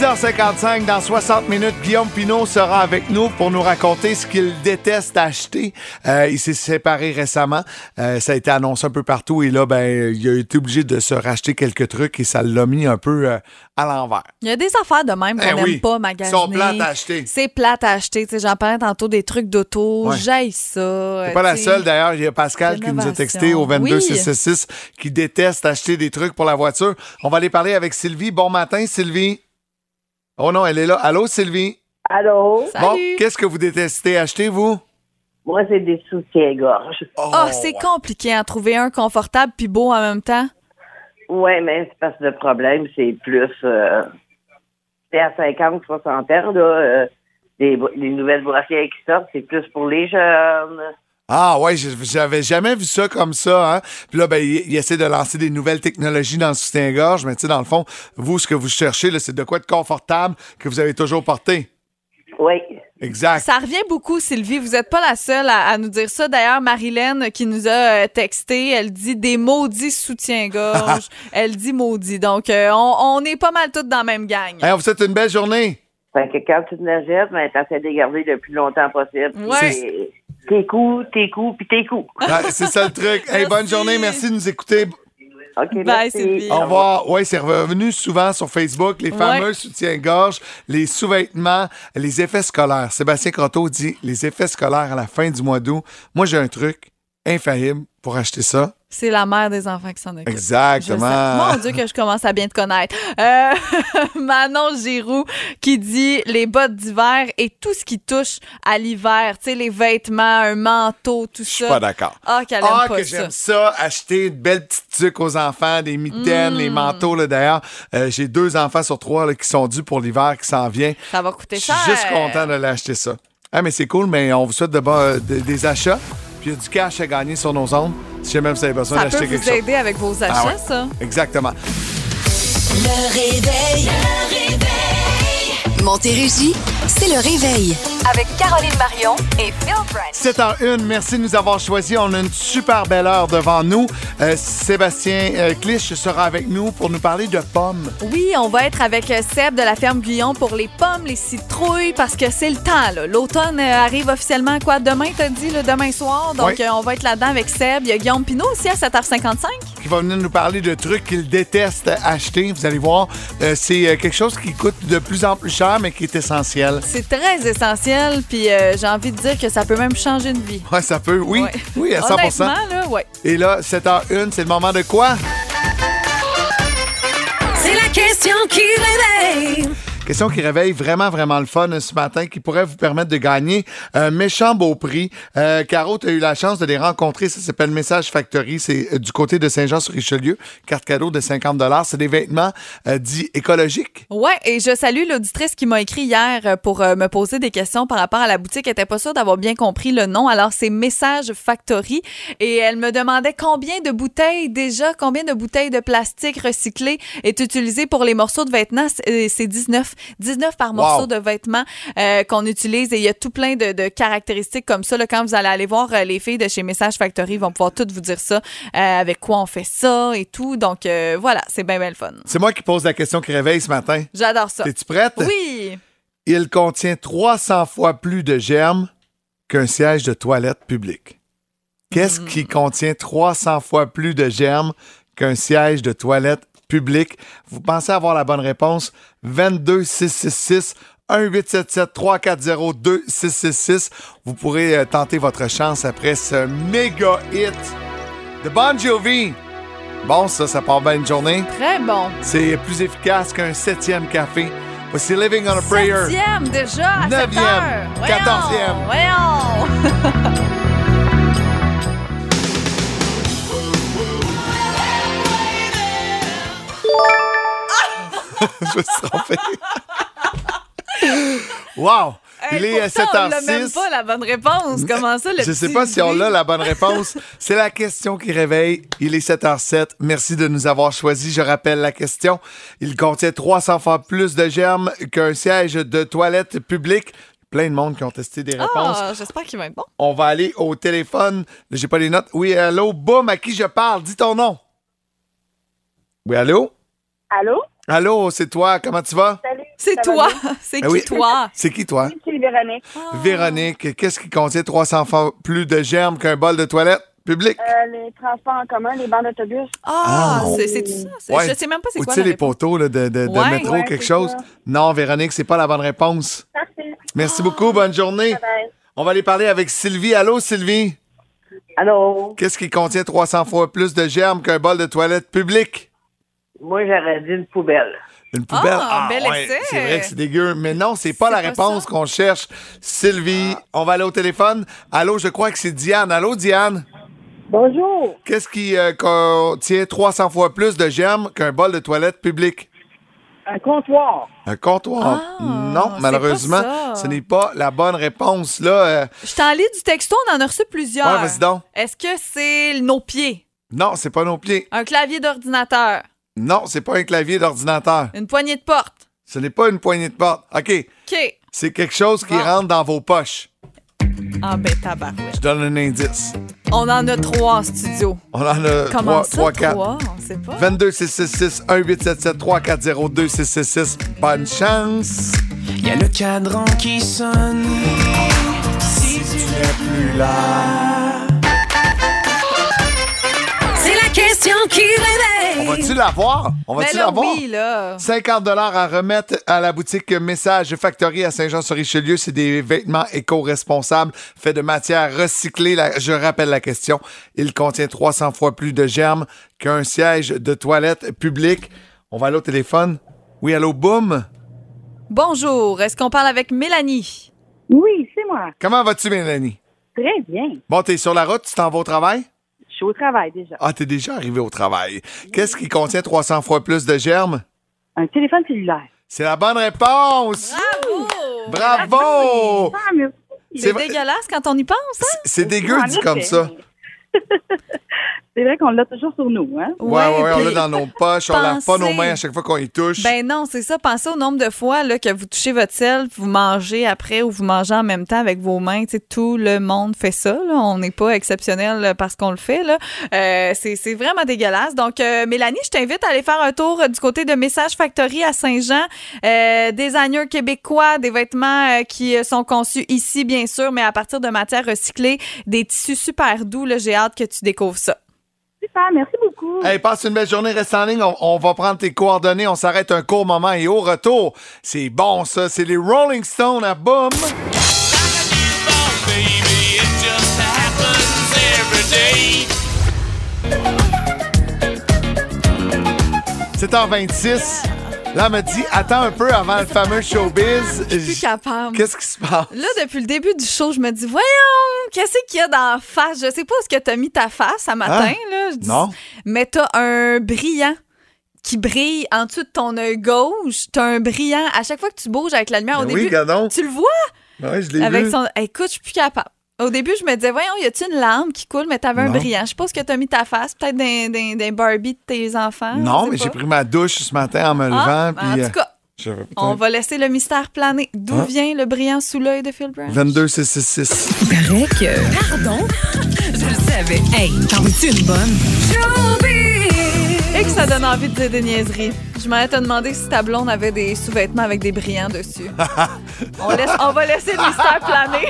10h55, dans 60 minutes, Guillaume Pinault sera avec nous pour nous raconter ce qu'il déteste acheter. Il s'est séparé récemment. Ça a été annoncé un peu partout et là, il a été obligé de se racheter quelques trucs et ça l'a mis un peu à l'envers. Il y a des affaires de même qu'on n'aime pas magasiner. Ils sont plates à acheter. C'est plate à acheter. T'sais, j'en parlais tantôt des trucs d'auto. Ouais. J'haïs ça. C'est pas la seule, d'ailleurs. Il y a Pascal qui nous a texté au 22666 qui déteste acheter des trucs pour la voiture. On va aller parler avec Sylvie. Bon matin, Sylvie. Oh non, elle est là. Allô, Sylvie? Allô? Salut. Bon, qu'est-ce que vous détestez acheter, vous? Moi, c'est des soutiens-gorge. C'est compliqué à trouver un confortable puis beau en même temps. Oui, mais c'est parce que le problème, c'est plus... c'est à 50, 60 ans, là, les nouvelles brassières qui sortent, c'est plus pour les jeunes. Ah ouais, j'avais jamais vu ça comme ça, hein. Puis là, il essaie de lancer des nouvelles technologies dans le soutien-gorge, mais tu sais, dans le fond, vous, ce que vous cherchez, là, c'est de quoi de confortable que vous avez toujours porté. Oui. Exact. Ça revient beaucoup, Sylvie. Vous n'êtes pas la seule à nous dire ça. D'ailleurs, Marilyn, qui nous a texté, elle dit des maudits soutiens-gorge. Elle dit maudits. Donc, on est pas mal toutes dans la même gang. Hey, on vous souhaite une belle journée. Fait que quand tu te l'achètes, t'essaies de les garder le plus longtemps possible. Ouais. Tes coups, puis tes coups. Ah, c'est ça le truc. Hey, bonne journée. Merci de nous écouter. OK, Bye, merci. Sylvie. Au revoir. Oui, c'est revenu souvent sur Facebook, les fameux soutiens-gorge, les sous-vêtements, les effets scolaires. Sébastien Croteau dit les effets scolaires à la fin du mois d'août. Moi, j'ai un truc infaillible pour acheter ça. C'est la mère des enfants qui s'en occupe. Exactement. Mon Dieu, que je commence à bien te connaître. Manon Giroux qui dit les bottes d'hiver et tout ce qui touche à l'hiver. Tu sais, les vêtements, un manteau, tout ça. Je suis pas d'accord. Ah, qu'elle aime pas que ça. j'aime ça, acheter de belles petites tuques aux enfants, des mitaines, les manteaux. Là, d'ailleurs, j'ai 2 enfants sur 3 là, qui sont dus pour l'hiver qui s'en vient. Ça va coûter Je suis cher. juste content de l'acheter ça. Ah, mais c'est cool, mais on vous souhaite des achats. Puis il y a du cash à gagner sur nos ondes. Si jamais vous avez besoin Ça d'acheter peut quelque vous chose. aider avec vos achats, ça. Exactement. Le réveil. Montérégie, c'est le réveil. Avec Caroline Marion et Phil Branch. 7h01, merci de nous avoir choisis. On a une super belle heure devant nous. Sébastien Clich sera avec nous pour nous parler de pommes. Oui, on va être avec Seb de la ferme Guyon pour les pommes, les citrouilles, parce que c'est le temps, là. L'automne arrive officiellement, demain, t'as dit, demain soir. Donc, oui. on va être là-dedans avec Seb. Il y a Guillaume Pinault aussi à 7h55. Qui va venir nous parler de trucs qu'il déteste acheter. Vous allez voir, c'est quelque chose qui coûte de plus en plus cher, mais qui est essentiel. C'est très essentiel, puis j'ai envie de dire que ça peut même changer une vie. Ouais, ça peut, oui. Ouais. Oui, à 100%. Honnêtement, là, ouais. Et là, 7h01, c'est le moment de quoi? C'est la question qui réveille. Question qui réveille vraiment, vraiment le fun ce matin, qui pourrait vous permettre de gagner un méchant beau prix. Caro, tu as eu la chance de les rencontrer. Ça s'appelle Message Factory. C'est du côté de Saint-Jean-sur-Richelieu. Carte cadeau de 50 $. C'est des vêtements dits écologiques. Ouais, et je salue l'auditrice qui m'a écrit hier pour me poser des questions par rapport à la boutique. Elle était pas sûre d'avoir bien compris le nom. Alors, c'est Message Factory. Et elle me demandait combien de bouteilles de plastique recyclées est utilisé pour les morceaux de vêtements. C'est 19 par morceau de vêtements qu'on utilise. Et il y a tout plein de caractéristiques comme ça. Là, quand vous allez aller voir les filles de chez Message Factory, ils vont pouvoir toutes vous dire ça, avec quoi on fait ça et tout. Donc, voilà, c'est bien le fun. C'est moi qui pose la question qui réveille ce matin. J'adore ça. Es-tu prête? Oui! Il contient 300 fois plus de germes qu'un siège de toilette public. Qu'est-ce qui contient 300 fois plus de germes qu'un siège de toilette public? Vous pensez avoir la bonne réponse? 22 666 1-877-340 2666. Vous pourrez tenter votre chance après ce méga hit de Bon Jovi. Bon, ça part bien une journée. Très bon. C'est plus efficace qu'un 7e café. Voici Living on a Prayer. 7e déjà, à 9e, 14e. Voyons! Je me suis trompé. Wow! Il est 7h06. On n'a même pas la bonne réponse. Comment ça, le Je sais pas si on a la bonne réponse. C'est la question qui réveille. Il est 7h07. Merci de nous avoir choisis. Je rappelle la question. Il contient 300 fois plus de germes qu'un siège de toilette public. Plein de monde qui ont testé des réponses. Ah, j'espère qu'il va être bon. On va aller au téléphone. J'ai pas les notes. Oui, allô, boum, à qui je parle? Dis ton nom. Oui, allô? Allô? Allô, c'est toi. Comment tu vas? Salut. C'est Ça toi. va bien? C'est Ben qui, oui. toi? C'est qui, toi? C'est Véronique. Véronique, qu'est-ce qui contient 300 fois plus de germes qu'un bol de toilette public? Les transports en commun, les bancs d'autobus. C'est ça? Ouais. Je sais même pas c'est Ou quoi tu sais, la les réponse. poteaux là, de Ouais. métro, Ouais, quelque c'est chose? ça. Non, Véronique, c'est pas la bonne réponse. Parfait. Merci beaucoup, bonne journée. Bye-bye. On va aller parler avec Sylvie. Allô, Sylvie? Allô? Qu'est-ce qui contient 300 fois plus de germes qu'un bol de toilette public? Moi, j'aurais dit une poubelle. Une poubelle? Bel ouais, essai. c'est vrai que c'est dégueu. Mais non, c'est pas la pas réponse ça. qu'on cherche. Sylvie, on va aller au téléphone. Allô, je crois que c'est Diane. Allô, Diane? Bonjour. Qu'est-ce qui contient 300 fois plus de germes qu'un bol de toilette public? Un comptoir. Un comptoir? Non, c'est malheureusement, pas ça. ce n'est pas la bonne réponse. Là, Je t'en lis du texto, on en a reçu plusieurs. Ouais, vas-y donc. Est-ce que c'est nos pieds? non, c'est pas nos pieds. Un clavier d'ordinateur? Non, c'est pas un clavier d'ordinateur. Une poignée de porte? Ce n'est pas une poignée de porte. OK, OK. c'est quelque chose qui Bon. rentre dans vos poches. Ah ben tabarouette. Je donne un indice. On en a 3 en studio. On en a Comment 3, ça, 4. 3? On sait pas. 22 666 1877 3402 666. Bonne chance. Y a le cadran qui sonne. Si tu n'es plus là. C'est la question qui On réveille. va-tu l'avoir? On Mais va-tu là, l'avoir? oui, là. 50 à remettre à la boutique Message Factory à Saint-Jean-sur-Richelieu. C'est des vêtements éco-responsables faits de matières recyclées. Je rappelle la question. Il contient 300 fois plus de germes qu'un siège de toilette public. On va aller au téléphone. Oui, allô, boum? Bonjour, est-ce qu'on parle avec Mélanie? Oui, c'est moi. Comment vas-tu, Mélanie? Très bien. Bon, t'es sur la route, tu t'en vas au travail? Je suis au travail déjà. Ah, t'es déjà arrivé au travail. Qu'est-ce qui contient 300 fois plus de germes? Un téléphone cellulaire. C'est la bonne réponse! Bravo! Ah, merci. C'est vrai- dégueulasse quand on y pense, hein? C'est dégueu En dit comme effet. ça. C'est vrai qu'on l'a toujours sur nous, hein? Ouais, on puis l'a dans nos poches, on lave pas nos pensez- mains à chaque fois qu'on y touche. Ben non, c'est ça. Pensez au nombre de fois là, que vous touchez votre sel, vous mangez après ou vous mangez en même temps avec vos mains. Tu sais, tout le monde fait ça. Là. On n'est pas exceptionnel parce qu'on le fait. Là. C'est vraiment dégueulasse. Donc, Mélanie, je t'invite à aller faire un tour du côté de Message Factory à Saint-Jean. Designers québécois, des vêtements qui sont conçus ici, bien sûr, mais à partir de matières recyclées, des tissus super doux. Là, j'ai hâte que tu découvres ça. Super, merci beaucoup. Hey, passe une belle journée, reste en ligne. On va prendre tes coordonnées, on s'arrête un court moment et au retour, c'est bon ça, c'est les Rolling Stones à boum. C'est en 26. Là, elle me dit, attends un peu avant le fameux showbiz. Je suis plus capable. Qu'est-ce qui se passe? Là, depuis le début du show, je me dis, voyons, qu'est-ce qu'il y a dans la face? Je sais pas où est-ce que t'as mis ta face ce matin. Hein? Là. Je dis, Non. mais t'as un brillant qui brille en dessous de ton œil gauche. T'as un brillant. À chaque fois que tu bouges avec la lumière, au Ben début, oui, gadon. tu le vois? Oui, je l'ai Avec vu. son... Écoute, je suis plus capable. Au début, je me disais, voyons, y a-tu une lampe qui coule, mais t'avais un Non. brillant. Je sais pas où est-ce que t'as mis ta face. Peut-être des Barbie de tes enfants. Non, je mais sais j'ai pas. pris ma douche ce matin en me levant. En puis, tout cas, j'avais peut-être on va laisser le mystère planer. D'où Hein? vient le brillant sous l'œil de Phil Branch? 22 666. Il paraît que... Pardon? Je le savais. Hey, t'en veux-tu une bonne? Et que ça donne envie de dire des niaiseries. Je m'allais te demander si ta blonde avait des sous-vêtements avec des brillants dessus. On va laisser le mystère planer.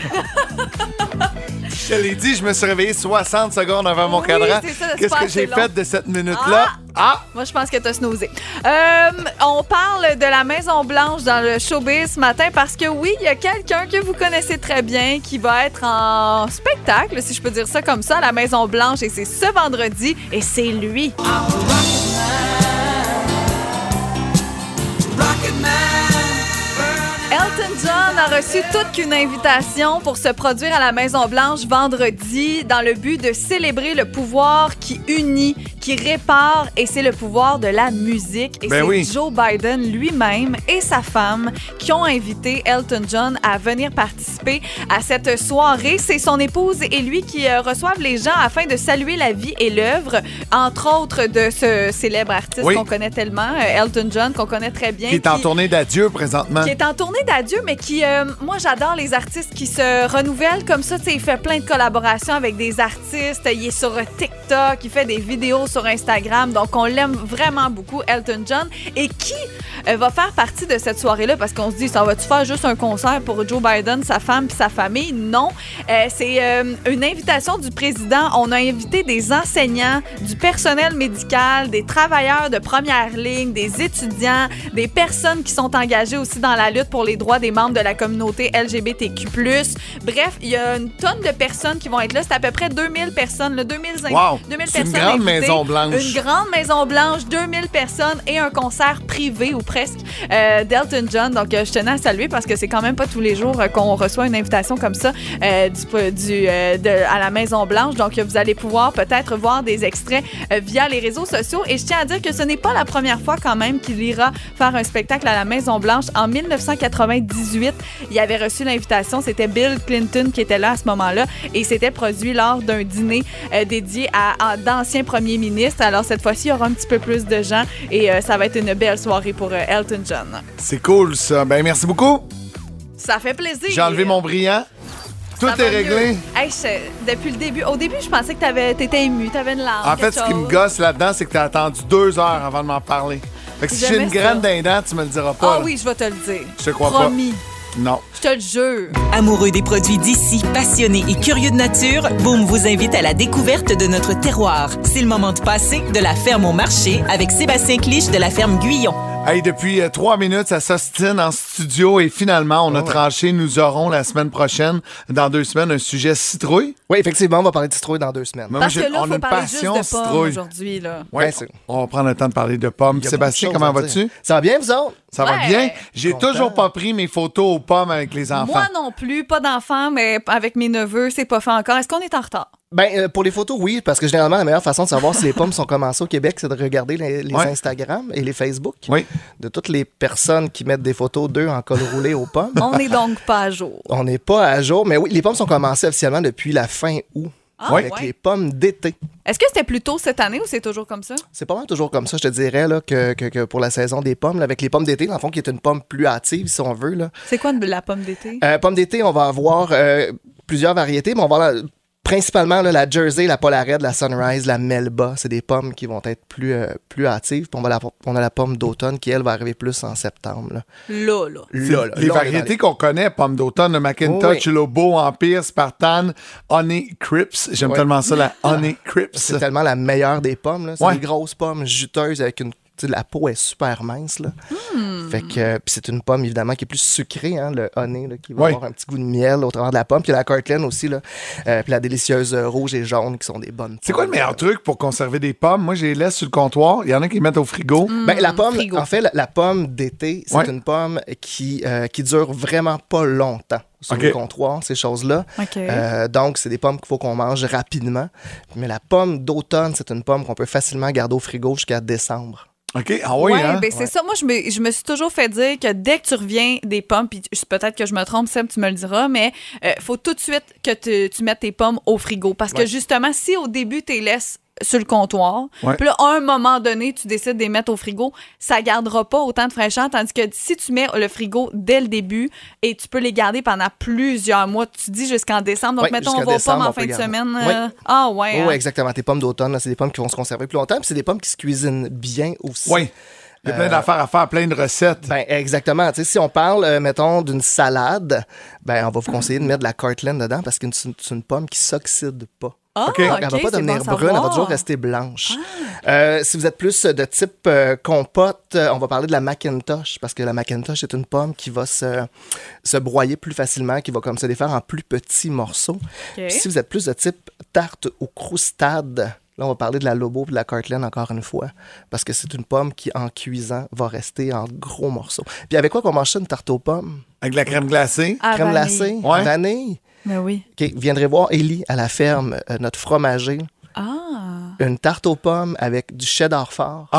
Je te l'ai dit, je me suis réveillé 60 secondes avant mon Oui, cadran. c'est ça, c'est Qu'est-ce pas que assez j'ai long. fait de cette minute-là? Ah! Moi, je pense que t'as snoozé. On parle de la Maison-Blanche dans le showbiz ce matin parce que oui, il y a quelqu'un que vous connaissez très bien qui va être en spectacle, si je peux dire ça comme ça, à la Maison-Blanche et c'est ce vendredi et c'est lui. Elton John a reçu toute qu'une invitation pour se produire à la Maison-Blanche vendredi dans le but de célébrer le pouvoir qui unit, qui répare et c'est le pouvoir de la musique. Et Ben c'est oui. Joe Biden lui-même et sa femme qui ont invité Elton John à venir participer à cette soirée. C'est son épouse et lui qui reçoivent les gens afin de saluer la vie et l'œuvre, entre autres de ce célèbre artiste Oui. qu'on connaît tellement, Elton John, qu'on connaît très bien. Qui est en tournée d'adieu présentement. Qui est en tournée d'adieu adieu, mais qui, moi, j'adore les artistes qui se renouvellent comme ça. Tu sais, il fait plein de collaborations avec des artistes. Il est sur TikTok, il fait des vidéos sur Instagram. Donc, on l'aime vraiment beaucoup, Elton John. Et qui va faire partie de cette soirée-là? Parce qu'on se dit, ça va-tu faire juste un concert pour Joe Biden, sa femme puis sa famille? Non. C'est une invitation du président. On a invité des enseignants, du personnel médical, des travailleurs de première ligne, des étudiants, des personnes qui sont engagées aussi dans la lutte pour les droits des membres de la communauté LGBTQ+. Bref, il y a une tonne de personnes qui vont être là. C'est à peu près 2000 personnes, là, 2000 wow. 2000 C'est personnes une grande invitées. Maison Blanche. Une grande Maison Blanche, 2000 personnes et un concert privé ou presque d'Elton John. Donc, je tenais à saluer parce que c'est quand même pas tous les jours qu'on reçoit une invitation comme ça à la Maison Blanche. Donc, vous allez pouvoir peut-être voir des extraits via les réseaux sociaux. Et je tiens à dire que ce n'est pas la première fois quand même qu'il ira faire un spectacle à la Maison Blanche. En 1998, il avait reçu l'invitation. C'était Bill Clinton qui était là à ce moment-là et c'était produit lors d'un dîner dédié à d'anciens premiers ministres. Alors, cette fois-ci, il y aura un petit peu plus de gens et ça va être une belle soirée pour Elton John. C'est cool, ça. Ben, merci beaucoup. Ça fait plaisir. J'ai enlevé mon brillant. Tout est réglé. Hey, depuis le début, au début, je pensais que t'étais ému, t'avais une larme. En fait, ce qui me gosse là-dedans, c'est que t'as attendu 2 heures avant de m'en parler. Fait que si j'ai une graine d'un dent, tu me le diras pas. Ah là. oui, je vais te le dire. Je te crois Promis. pas. Non. Je te le jure. Amoureux des produits d'ici, passionnés et curieux de nature, Boom vous invite à la découverte de notre terroir. C'est le moment de passer de la ferme au marché avec Sébastien Clich de la ferme Guyon. Hey, depuis 3 minutes, ça s'ostine en studio et finalement, on a tranché. Nous aurons la semaine prochaine, dans 2 semaines, un sujet citrouille. Oui, effectivement, on va parler de citrouille dans 2 semaines. Parce que là, on il a faut une parler passion juste de pommes citrouille. aujourd'hui. Là. Ouais, on va prendre le temps de parler de pommes. Sébastien, comment vas-tu? Ça va bien, vous autres? Ça va bien? J'ai toujours pas pris mes photos aux pommes avec les enfants. Moi non plus, pas d'enfants, mais avec mes neveux, c'est pas fait encore. Est-ce qu'on est en retard? Ben, pour les photos, oui, parce que généralement, la meilleure façon de savoir si les pommes sont commencées au Québec, c'est de regarder les Instagram et les Facebook de toutes les personnes qui mettent des photos d'eux en col roulé aux pommes. On n'est donc pas à jour. On n'est pas à jour, mais oui, les pommes sont commencées officiellement depuis la fin août. Avec les pommes d'été. Est-ce que c'était plus tôt cette année ou c'est toujours comme ça? C'est pas mal toujours comme ça, je te dirais, là, que pour la saison des pommes, là, avec les pommes d'été, dans le fond, qui est une pomme plus hâtive, si on veut. Là. C'est quoi la pomme d'été? Pomme d'été, on va avoir plusieurs variétés, mais on va avoir principalement là, la Jersey, la Polar Red, la Sunrise, la Melba. C'est des pommes qui vont être plus hâtives. Puis on a la pomme d'automne qui, elle, va arriver plus en septembre. Là. Les variétés qu'on connaît, pommes d'automne, le Macintosh, Lobo, Empire, Spartan, Honey Crips. J'aime tellement ça, la Honey Crips. C'est tellement la meilleure des pommes. Là. C'est des grosses pommes juteuses avec une... La peau est super mince. Là. Fait que puis c'est une pomme, évidemment, qui est plus sucrée, hein, le honey, là, qui va avoir un petit goût de miel au travers de la pomme. Puis la Cortland aussi, là, puis la délicieuse rouge et jaune, qui sont des bonnes pommes. C'est quoi le meilleur truc pour conserver des pommes? Moi, je les laisse sur le comptoir. Il y en a qui les mettent au frigo. Ben, la pomme, en fait, la pomme d'été, c'est une pomme qui dure vraiment pas longtemps sur le comptoir, ces choses-là. Donc, c'est des pommes qu'il faut qu'on mange rapidement. Mais la pomme d'automne, c'est une pomme qu'on peut facilement garder au frigo jusqu'à décembre. OK, ah oui, hein? Ben c'est ça. Moi, je me suis toujours fait dire que dès que tu reviens des pommes, puis peut-être que je me trompe, Seb, tu me le diras, mais faut tout de suite que tu mettes tes pommes au frigo. Parce que justement, si au début, tu les laisses sur le comptoir, puis là, à un moment donné, tu décides de les mettre au frigo, ça gardera pas autant de fraîcheur, tandis que si tu mets le frigo dès le début et tu peux les garder pendant plusieurs mois, tu dis jusqu'en décembre, donc mettons, on va aux pommes en fin de semaine. Oui, exactement. Tes pommes d'automne, c'est des pommes qui vont se conserver plus longtemps, puis c'est des pommes qui se cuisinent bien aussi. Oui. Il y a plein d'affaires à faire, plein de recettes. Ben, exactement. Tu sais, si on parle, mettons, d'une salade, ben, on va vous conseiller de mettre de la Cortland dedans parce que c'est une pomme qui s'oxyde pas. Donc, elle ne va pas devenir brune, elle va toujours rester blanche. Si vous êtes plus de type compote, on va parler de la Macintosh, parce que la Macintosh est une pomme qui va se broyer plus facilement, qui va comme se défaire en plus petits morceaux. Puis si vous êtes plus de type tarte ou croustade, là, on va parler de la Lobo et de la Cortland encore une fois, parce que c'est une pomme qui, en cuisant, va rester en gros morceaux. Puis avec quoi qu'on mange ça, une tarte aux pommes? Avec de la crème glacée. Crème glacée, vanille. Ben oui. OK, viendrez voir Élie à la ferme, notre fromager. Une tarte aux pommes avec du cheddar fort. Ah oui.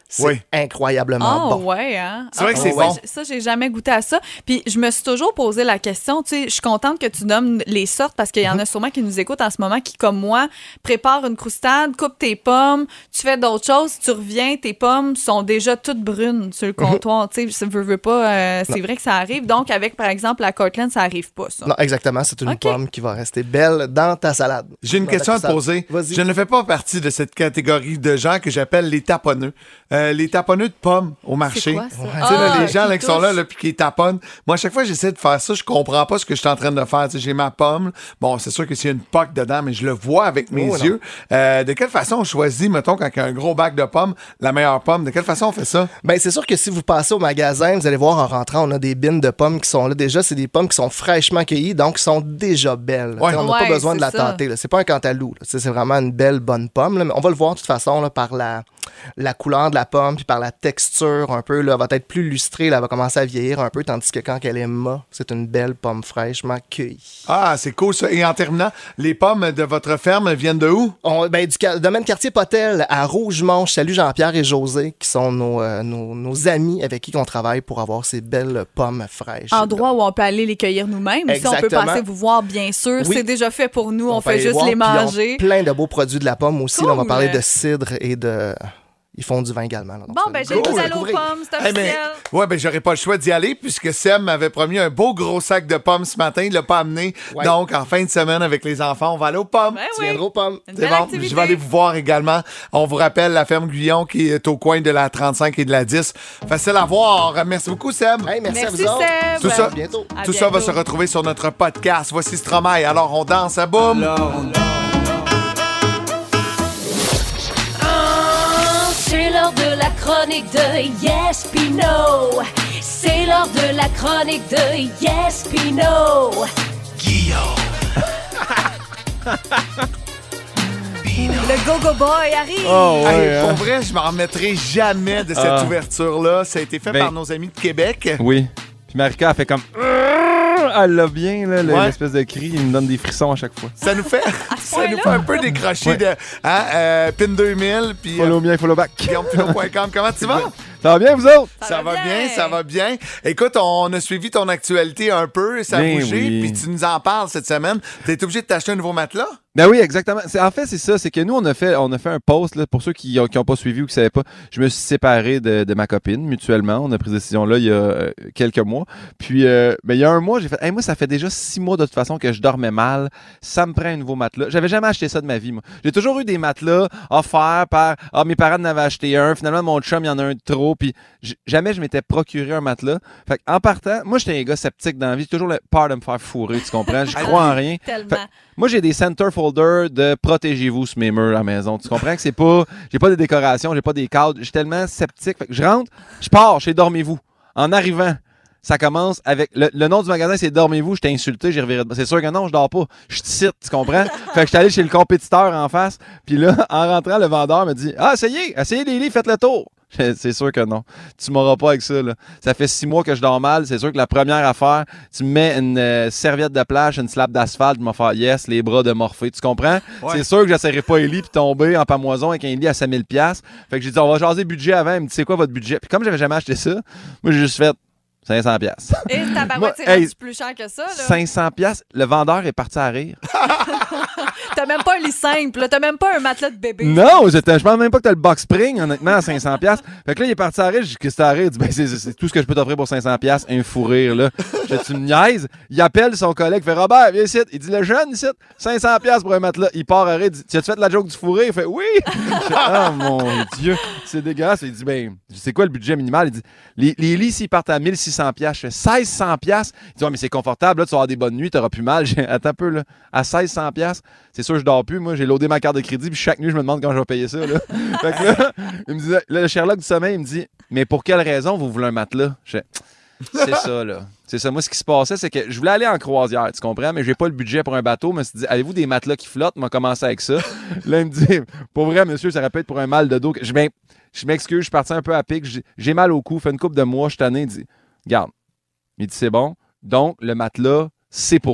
c'est incroyablement bon. Ouais, hein? C'est vrai que c'est bon. Ça, j'ai jamais goûté à ça. Puis je me suis toujours posé la question, tu sais, je suis contente que tu nommes les sortes parce qu'il y en a sûrement qui nous écoutent en ce moment qui, comme moi, préparent une croustade, coupent tes pommes, tu fais d'autres choses, tu reviens, tes pommes sont déjà toutes brunes sur le comptoir. Tu sais, ça veut pas. C'est vrai que ça arrive. Donc, avec, par exemple, la Cortland, ça arrive pas, ça. Non, exactement. C'est une pomme qui va rester belle dans ta salade. J'ai une question à te poser. Vas-y. Je ne fais pas partie de cette catégorie de gens que j'appelle les taponneux. Les taponneux de pommes au marché. C'est quoi, ça? Tu sais, les gens là, qui sont là puis qui taponnent. Moi, à chaque fois que j'essaie de faire ça, je comprends pas ce que je suis en train de faire. Tu sais, j'ai ma pomme. Bon, c'est sûr que s'il y a une poque dedans, mais je le vois avec mes yeux. De quelle façon on choisit, mettons, quand il y a un gros bac de pommes, la meilleure pomme? De quelle façon on fait ça? Ben, c'est sûr que si vous passez au magasin, vous allez voir en rentrant, on a des bines de pommes qui sont là. Déjà, c'est des pommes qui sont fraîchement cueillies, donc qui sont déjà belles. Ouais. On n'a pas besoin de la tâter. Là. C'est pas un cantalou. Là. C'est vraiment une belle, bonne pomme. Là. Mais on va le voir de toute façon là, par la couleur de la pomme puis par la texture un peu. Là, elle va être plus lustrée. Là, elle va commencer à vieillir un peu, tandis que quand elle est mât, c'est une belle pomme fraîchement cueillie. Ah, c'est cool ça. Et en terminant, les pommes de votre ferme viennent de où? Du domaine quartier Potel à Rougemont. Je salue Jean-Pierre et José, qui sont nos amis avec qui on travaille pour avoir ces belles pommes fraîches. Endroit où on peut aller les cueillir nous-mêmes. Si on peut passer vous voir, bien sûr. Oui. C'est déjà fait pour nous. On fait juste les manger. Plein de beaux produits de la pomme aussi. Là, on va parler de cidre et de... Ils font du vin également. Là, bon, ben j'ai le goût aux pommes, c'est officiel. J'aurais pas le choix d'y aller puisque Sam m'avait promis un beau gros sac de pommes ce matin. Il l'a pas amené. Ouais. Donc, en fin de semaine, avec les enfants, on va aller aux pommes. Ben tu viendras aux pommes. C'est bon. Activité. Je vais aller vous voir également. On vous rappelle la ferme Guyon qui est au coin de la 35 et de la 10. Facile à voir. Merci beaucoup, Sam. Hey, merci à vous autres. Tout ça, bientôt. Tout ça va se retrouver sur notre podcast. Voici Stromae. Alors, on danse à boum. C'est l'heure de la chronique de Yes Pino. C'est l'heure de la chronique de Yes Pino. Guillaume. Le Go-Go Boy arrive. Oh, ouais, pour vrai, je m'en remettrai jamais de cette ouverture-là. Ça a été fait par nos amis de Québec. Oui. Puis Marika a fait comme... Elle l'a bien, là, l'espèce de cri. Il me donne des frissons à chaque fois. Ça nous fait un peu décrocher de PIN 2000. Puis, follow me, follow back. GuillaumePinot.com. Comment tu vas? Ça va bien, vous autres? Ça va bien. Écoute, on a suivi ton actualité un peu. Ça a bougé. Puis tu nous en parles cette semaine. Tu es obligé de t'acheter un nouveau matelas? Ben oui, exactement. En fait, c'est ça. C'est que nous, on a fait un post, là, pour ceux qui n'ont pas suivi ou qui ne savaient pas. Je me suis séparé de ma copine mutuellement. On a pris cette décision-là il y a quelques mois. Puis, il y a un mois, j'ai fait, moi, ça fait déjà 6 mois de toute façon que je dormais mal. Ça me prend un nouveau matelas. J'avais jamais acheté ça de ma vie, moi. J'ai toujours eu des matelas offerts par, mes parents en avaient acheté un. Finalement, mon chum, il y en a un de trop. Puis, jamais je m'étais procuré un matelas. Fait en partant, moi, j'étais un gars sceptique dans la vie. J'ai toujours peur de me faire fourrer, tu comprends? Je crois en rien. Moi, j'ai des centerfolders de protégez-vous sur mes murs à la maison. Tu comprends que c'est pas... J'ai pas de décoration, j'ai pas des cadres. Je suis tellement sceptique. Fait que je rentre, je pars chez Dormez-vous. En arrivant, ça commence avec... Le nom du magasin, c'est Dormez-vous. Je t'ai insulté, j'ai reviré de... C'est sûr que non, je dors pas. Je te cite, tu comprends? Fait que je suis allé chez le compétiteur en face. Puis là, en rentrant, le vendeur me dit « Ah, essayez les lits, faites le tour. » C'est sûr que non. Tu m'auras pas avec ça, là. Ça fait 6 mois que je dors mal. C'est sûr que la première affaire, tu me mets une serviette de plage, une slab d'asphalte, tu m'as fait yes, les bras de Morphée. Tu comprends? Ouais. C'est sûr que j'essaierai pas les lits puis tomber en pamoison avec un lit à 5000$. Fait que j'ai dit, on va jaser budget avant. Il me dit, c'est quoi votre budget? Puis comme j'avais jamais acheté ça, moi, j'ai juste fait 500$. Et ta barouette, c'est rendu plus cher que ça, là. 500$. Le vendeur est parti à rire. T'as même pas un lit simple, t'as même pas un matelas de bébé. Non, je pense même pas que t'as le box spring, honnêtement, à 500$. Fait que là, il est parti à rire, j'ai dit, qu'est-ce que t'as à rire? Il dit, ben, c'est tout ce que je peux t'offrir pour 500$, un fou rire, là. Tu me niaises. Il appelle son collègue, il fait, Robert, viens ici. Il dit, le jeune, ici, 500$ pour un matelas. Il part à rire, il dit, tu as-tu fait la joke du fou rire? Il fait, oui. Oh mon Dieu, c'est dégueulasse. Il dit, ben, c'est quoi le budget minimal? Il dit, les lits, s'ils partent à 1600$, je fais 1600$. Il dit, ouais, mais c'est confortable, là, tu vas avoir des bonnes nuits, t'auras plus mal. Attends un peu, là. À 1600$, c'est sûr, je dors plus. Moi, j'ai loadé ma carte de crédit, puis chaque nuit, je me demande quand je vais payer ça, là. Fait que là, il me disait, là, le Sherlock du sommeil, il me dit, mais pour quelle raison vous voulez un matelas? C'est ça, là. C'est ça. Moi, ce qui se passait, c'est que je voulais aller en croisière, tu comprends? Mais j'ai pas le budget pour un bateau. Je me suis dit, avez-vous des matelas qui flottent? On m'a commencé avec ça. Là, il me dit, pour vrai, monsieur, ça répète pour un mal de dos. Je m'excuse, je suis parti un peu à pic. J'ai mal au cou, fait une couple de mois, je suis tanné. Il dit, regarde. Il dit, c'est bon. Donc, le matelas, c'est pour vous.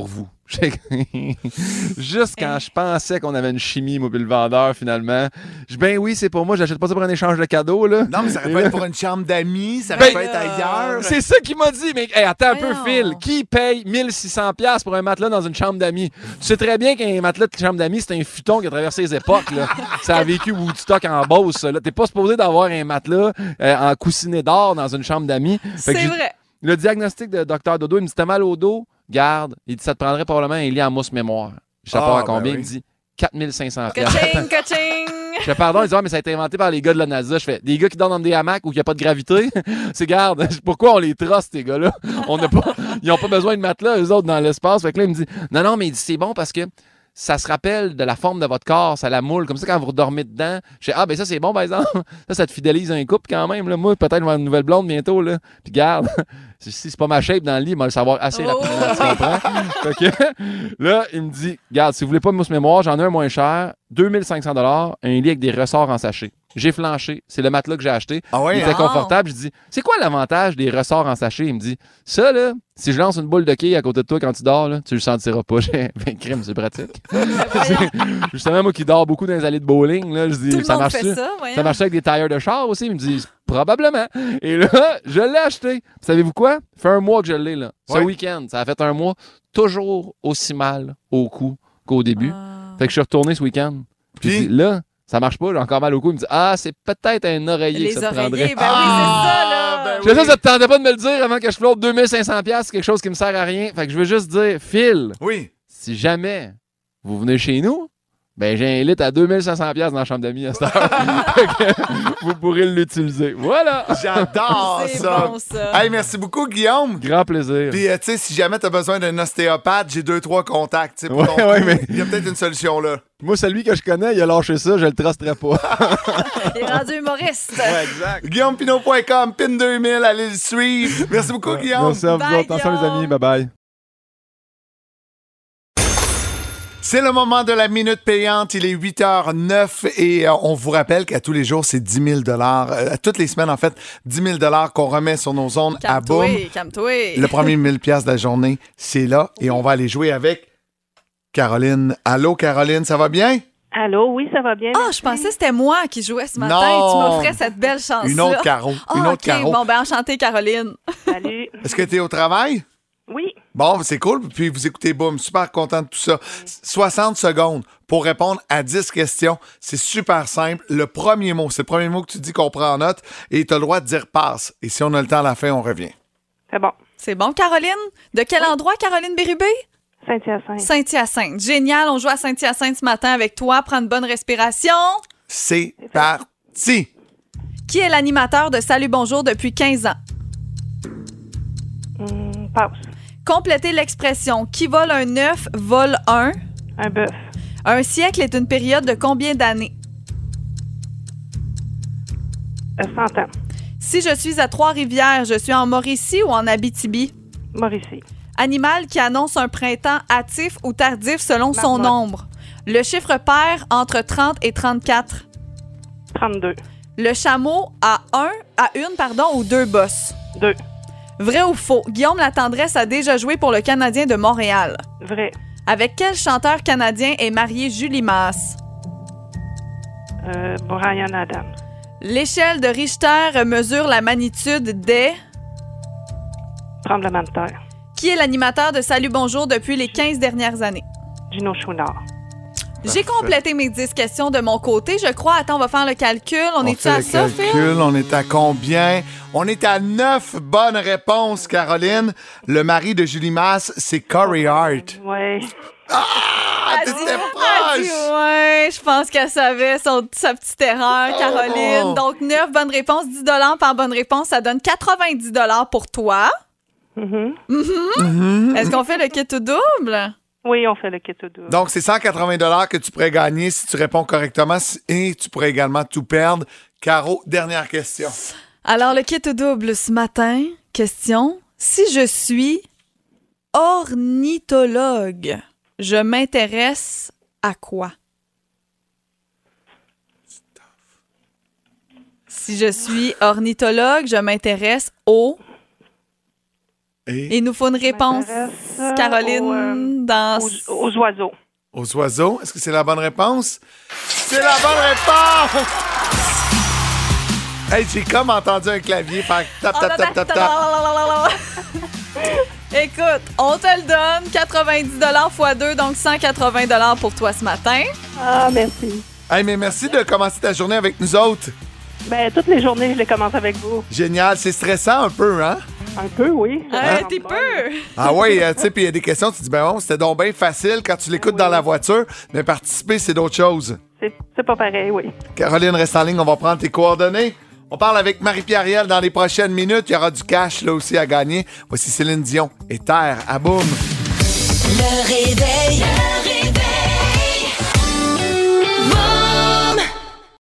Juste quand je pensais qu'on avait une chimie, moi, puis le vendeur, finalement. Ben oui, c'est pour moi, j'achète pas ça pour un échange de cadeaux, là. Non, mais ça aurait pu être pour une chambre d'amis, ça aurait pu être ailleurs. C'est ça qu'il m'a dit. Mais hey, attends un peu, Phil. Qui paye 1600$ pour un matelas dans une chambre d'amis? Tu sais très bien qu'un matelas de chambre d'amis, c'est un futon qui a traversé les époques, là. Ça a vécu Woodstock en Beauce, là. T'es pas supposé d'avoir un matelas en coussinet d'or dans une chambre d'amis. C'est vrai. Le diagnostic de Dr Dodo, il me dit, t'as mal au dos? Garde. Il dit, ça te prendrait probablement un lit en mousse mémoire. Je sais pas à combien. Il me dit, 4500$. Coaching, coaching. Je fais pardon, il dit, mais ça a été inventé par les gars de la NASA. Je fais, des gars qui dorment dans des hamacs où il n'y a pas de gravité. C'est garde. Pourquoi on les truste, ces gars-là? Ils n'ont pas besoin de matelas, eux autres, dans l'espace. Fait que là, il me dit, non, mais il dit, c'est bon parce que ça se rappelle de la forme de votre corps, ça la moule. Comme ça, quand vous redormez dedans, je fais, ben ça, c'est bon, par exemple. Ça te fidélise un couple quand même. Là. Moi, peut-être, je vais avoir une nouvelle blonde bientôt. Là. Puis garde, si c'est pas ma shape dans le lit, il va le savoir assez rapidement. Tu comprends? Fait que, là, il me dit, garde, si vous voulez pas de mousse mémoire, j'en ai un moins cher, 2500$, un lit avec des ressorts en sachet. J'ai flanché. C'est le matelas que j'ai acheté. Il était confortable. Je dis, c'est quoi l'avantage des ressorts en sachet? Il me dit, ça, là, si je lance une boule de quilles à côté de toi quand tu dors, là, tu le sentiras pas. J'ai ben, crème, c'est pratique. Justement, moi qui dors beaucoup dans les allées de bowling, là, je dis, Tout le ça monde marche fait ça, voyons. ça marche avec des tailleurs de char aussi? Il me dit, probablement. Et là, je l'ai acheté. Savez-vous quoi? Ça fait un mois que je l'ai, là. Ce week-end, ça a fait un mois, toujours aussi mal au cou qu'au début. Fait que je suis retourné ce week-end. Puis là, ça marche pas, j'ai encore mal au cou. Il me dit, c'est peut-être un oreiller que ça te prendrait. Ben oui, c'est ça, là. Je sais, ça te tentait pas de me le dire avant que je flotte 2500$, c'est quelque chose qui me sert à rien. Fait que je veux juste dire, Phil, si jamais vous venez chez nous, ben j'ai un lit à 2500$ dans la chambre d'amis à cette heure. Vous pourrez l'utiliser. Voilà! J'adore ça! Bon, ça. Hey, merci beaucoup, Guillaume. Grand plaisir. Puis, tu sais, si jamais tu as besoin d'un ostéopathe, j'ai 2-3 contacts. Tu sais, pour ton cou. mais il y a peut-être une solution là. Moi, celui que je connais, il a lâché ça, je le trusterai pas. Il est rendu humoriste. Exact. GuillaumePinot.com, PIN 2000, allez le suivre. Merci beaucoup, Guillaume. Merci à vous autres. Attention, les amis. Bye-bye. C'est le moment de la minute payante. Il est 8h09 et on vous rappelle qu'à tous les jours, c'est 10 000 à toutes les semaines, en fait, 10 000 qu'on remet sur nos ondes à Boom. Calme-toi. Le premier 1000 $ de la journée, c'est là et on va aller jouer avec Caroline. Allô, Caroline, ça va bien? Allô, oui, ça va bien. Je pensais que c'était moi qui jouais ce matin. Non. Tu m'offrais cette belle chance-là. Une autre Caro. Une autre Caro. Bon, ben enchantée, Caroline. Salut. Est-ce que tu es au travail? Oui. Bon, c'est cool. Puis vous écoutez Boom. Super content de tout ça. 60 secondes pour répondre à 10 questions. C'est super simple. Le premier mot, c'est le premier mot que tu dis qu'on prend en note et tu as le droit de dire passe. Et si on a le temps à la fin, on revient. C'est bon. C'est bon, Caroline? De quel endroit, Caroline Bérubé? Saint-Hyacinthe. Saint-Hyacinthe. Génial. On joue à Saint-Hyacinthe ce matin avec toi. Prends une bonne respiration. C'est parti. Qui est l'animateur de Salut Bonjour depuis 15 ans? Passe. Complétez l'expression. Qui vole un œuf, vole un? Un bœuf. Un siècle est une période de combien d'années? 100 ans. Si je suis à Trois-Rivières, je suis en Mauricie ou en Abitibi? Mauricie. Animal qui annonce un printemps hâtif ou tardif selon son nombre. Le chiffre pair entre 30 et 34. 32. Le chameau a une ou deux bosses? 2. Vrai ou faux? Guillaume Latendresse a déjà joué pour le Canadien de Montréal. Vrai. Avec quel chanteur canadien est mariée Julie Masse? Brian Adams. L'échelle de Richter mesure la magnitude des... Tremblement de terre. Qui est l'animateur de Salut Bonjour depuis les 15 dernières années? Gino Chouinard. J'ai complété mes 10 questions de mon côté, je crois. Attends, on va faire le calcul. On est-tu à ça, Phil? On est à combien? On est à 9 bonnes réponses, Caroline. Le mari de Julie Masse, c'est Corey Hart. Oui. T'étais proche! Ouais, je pense qu'elle savait sa petite erreur, Caroline. Donc, 9 bonnes réponses, 10 $ par bonne réponse, ça donne 90 $ pour toi. Est-ce qu'on fait le kit ou double? Oui, on fait le kit ou double. Donc, c'est 180 $ que tu pourrais gagner si tu réponds correctement et tu pourrais également tout perdre. Caro, dernière question. Alors, le kit ou double ce matin, question. Si je suis ornithologue, je m'intéresse à quoi? Si je suis ornithologue, je m'intéresse aux Et il nous faut une réponse, Caroline, dans... Aux oiseaux. Aux oiseaux. Est-ce que c'est la bonne réponse? C'est la bonne réponse! Hey, j'ai comme entendu un clavier faire tap, tap, tap, tap, tap. Écoute, on te le donne, 90 x 2, donc 180 pour toi ce matin. Ah, merci. Hey, mais merci de commencer ta journée avec nous autres. Ben, toutes les journées, je les commence avec vous. Génial. C'est stressant un peu, hein? Un peu, oui. Un petit peu. Ah oui, tu sais, puis il y a des questions, tu te dis, ben bon, c'était donc bien facile quand tu l'écoutes dans la voiture, mais participer, c'est d'autres choses. C'est pas pareil, oui. Caroline, reste en ligne, on va prendre tes coordonnées. On parle avec Marie-Pierre dans les prochaines minutes. Il y aura du cash là aussi à gagner. Voici Céline Dion et Terre à boum. Le réveil.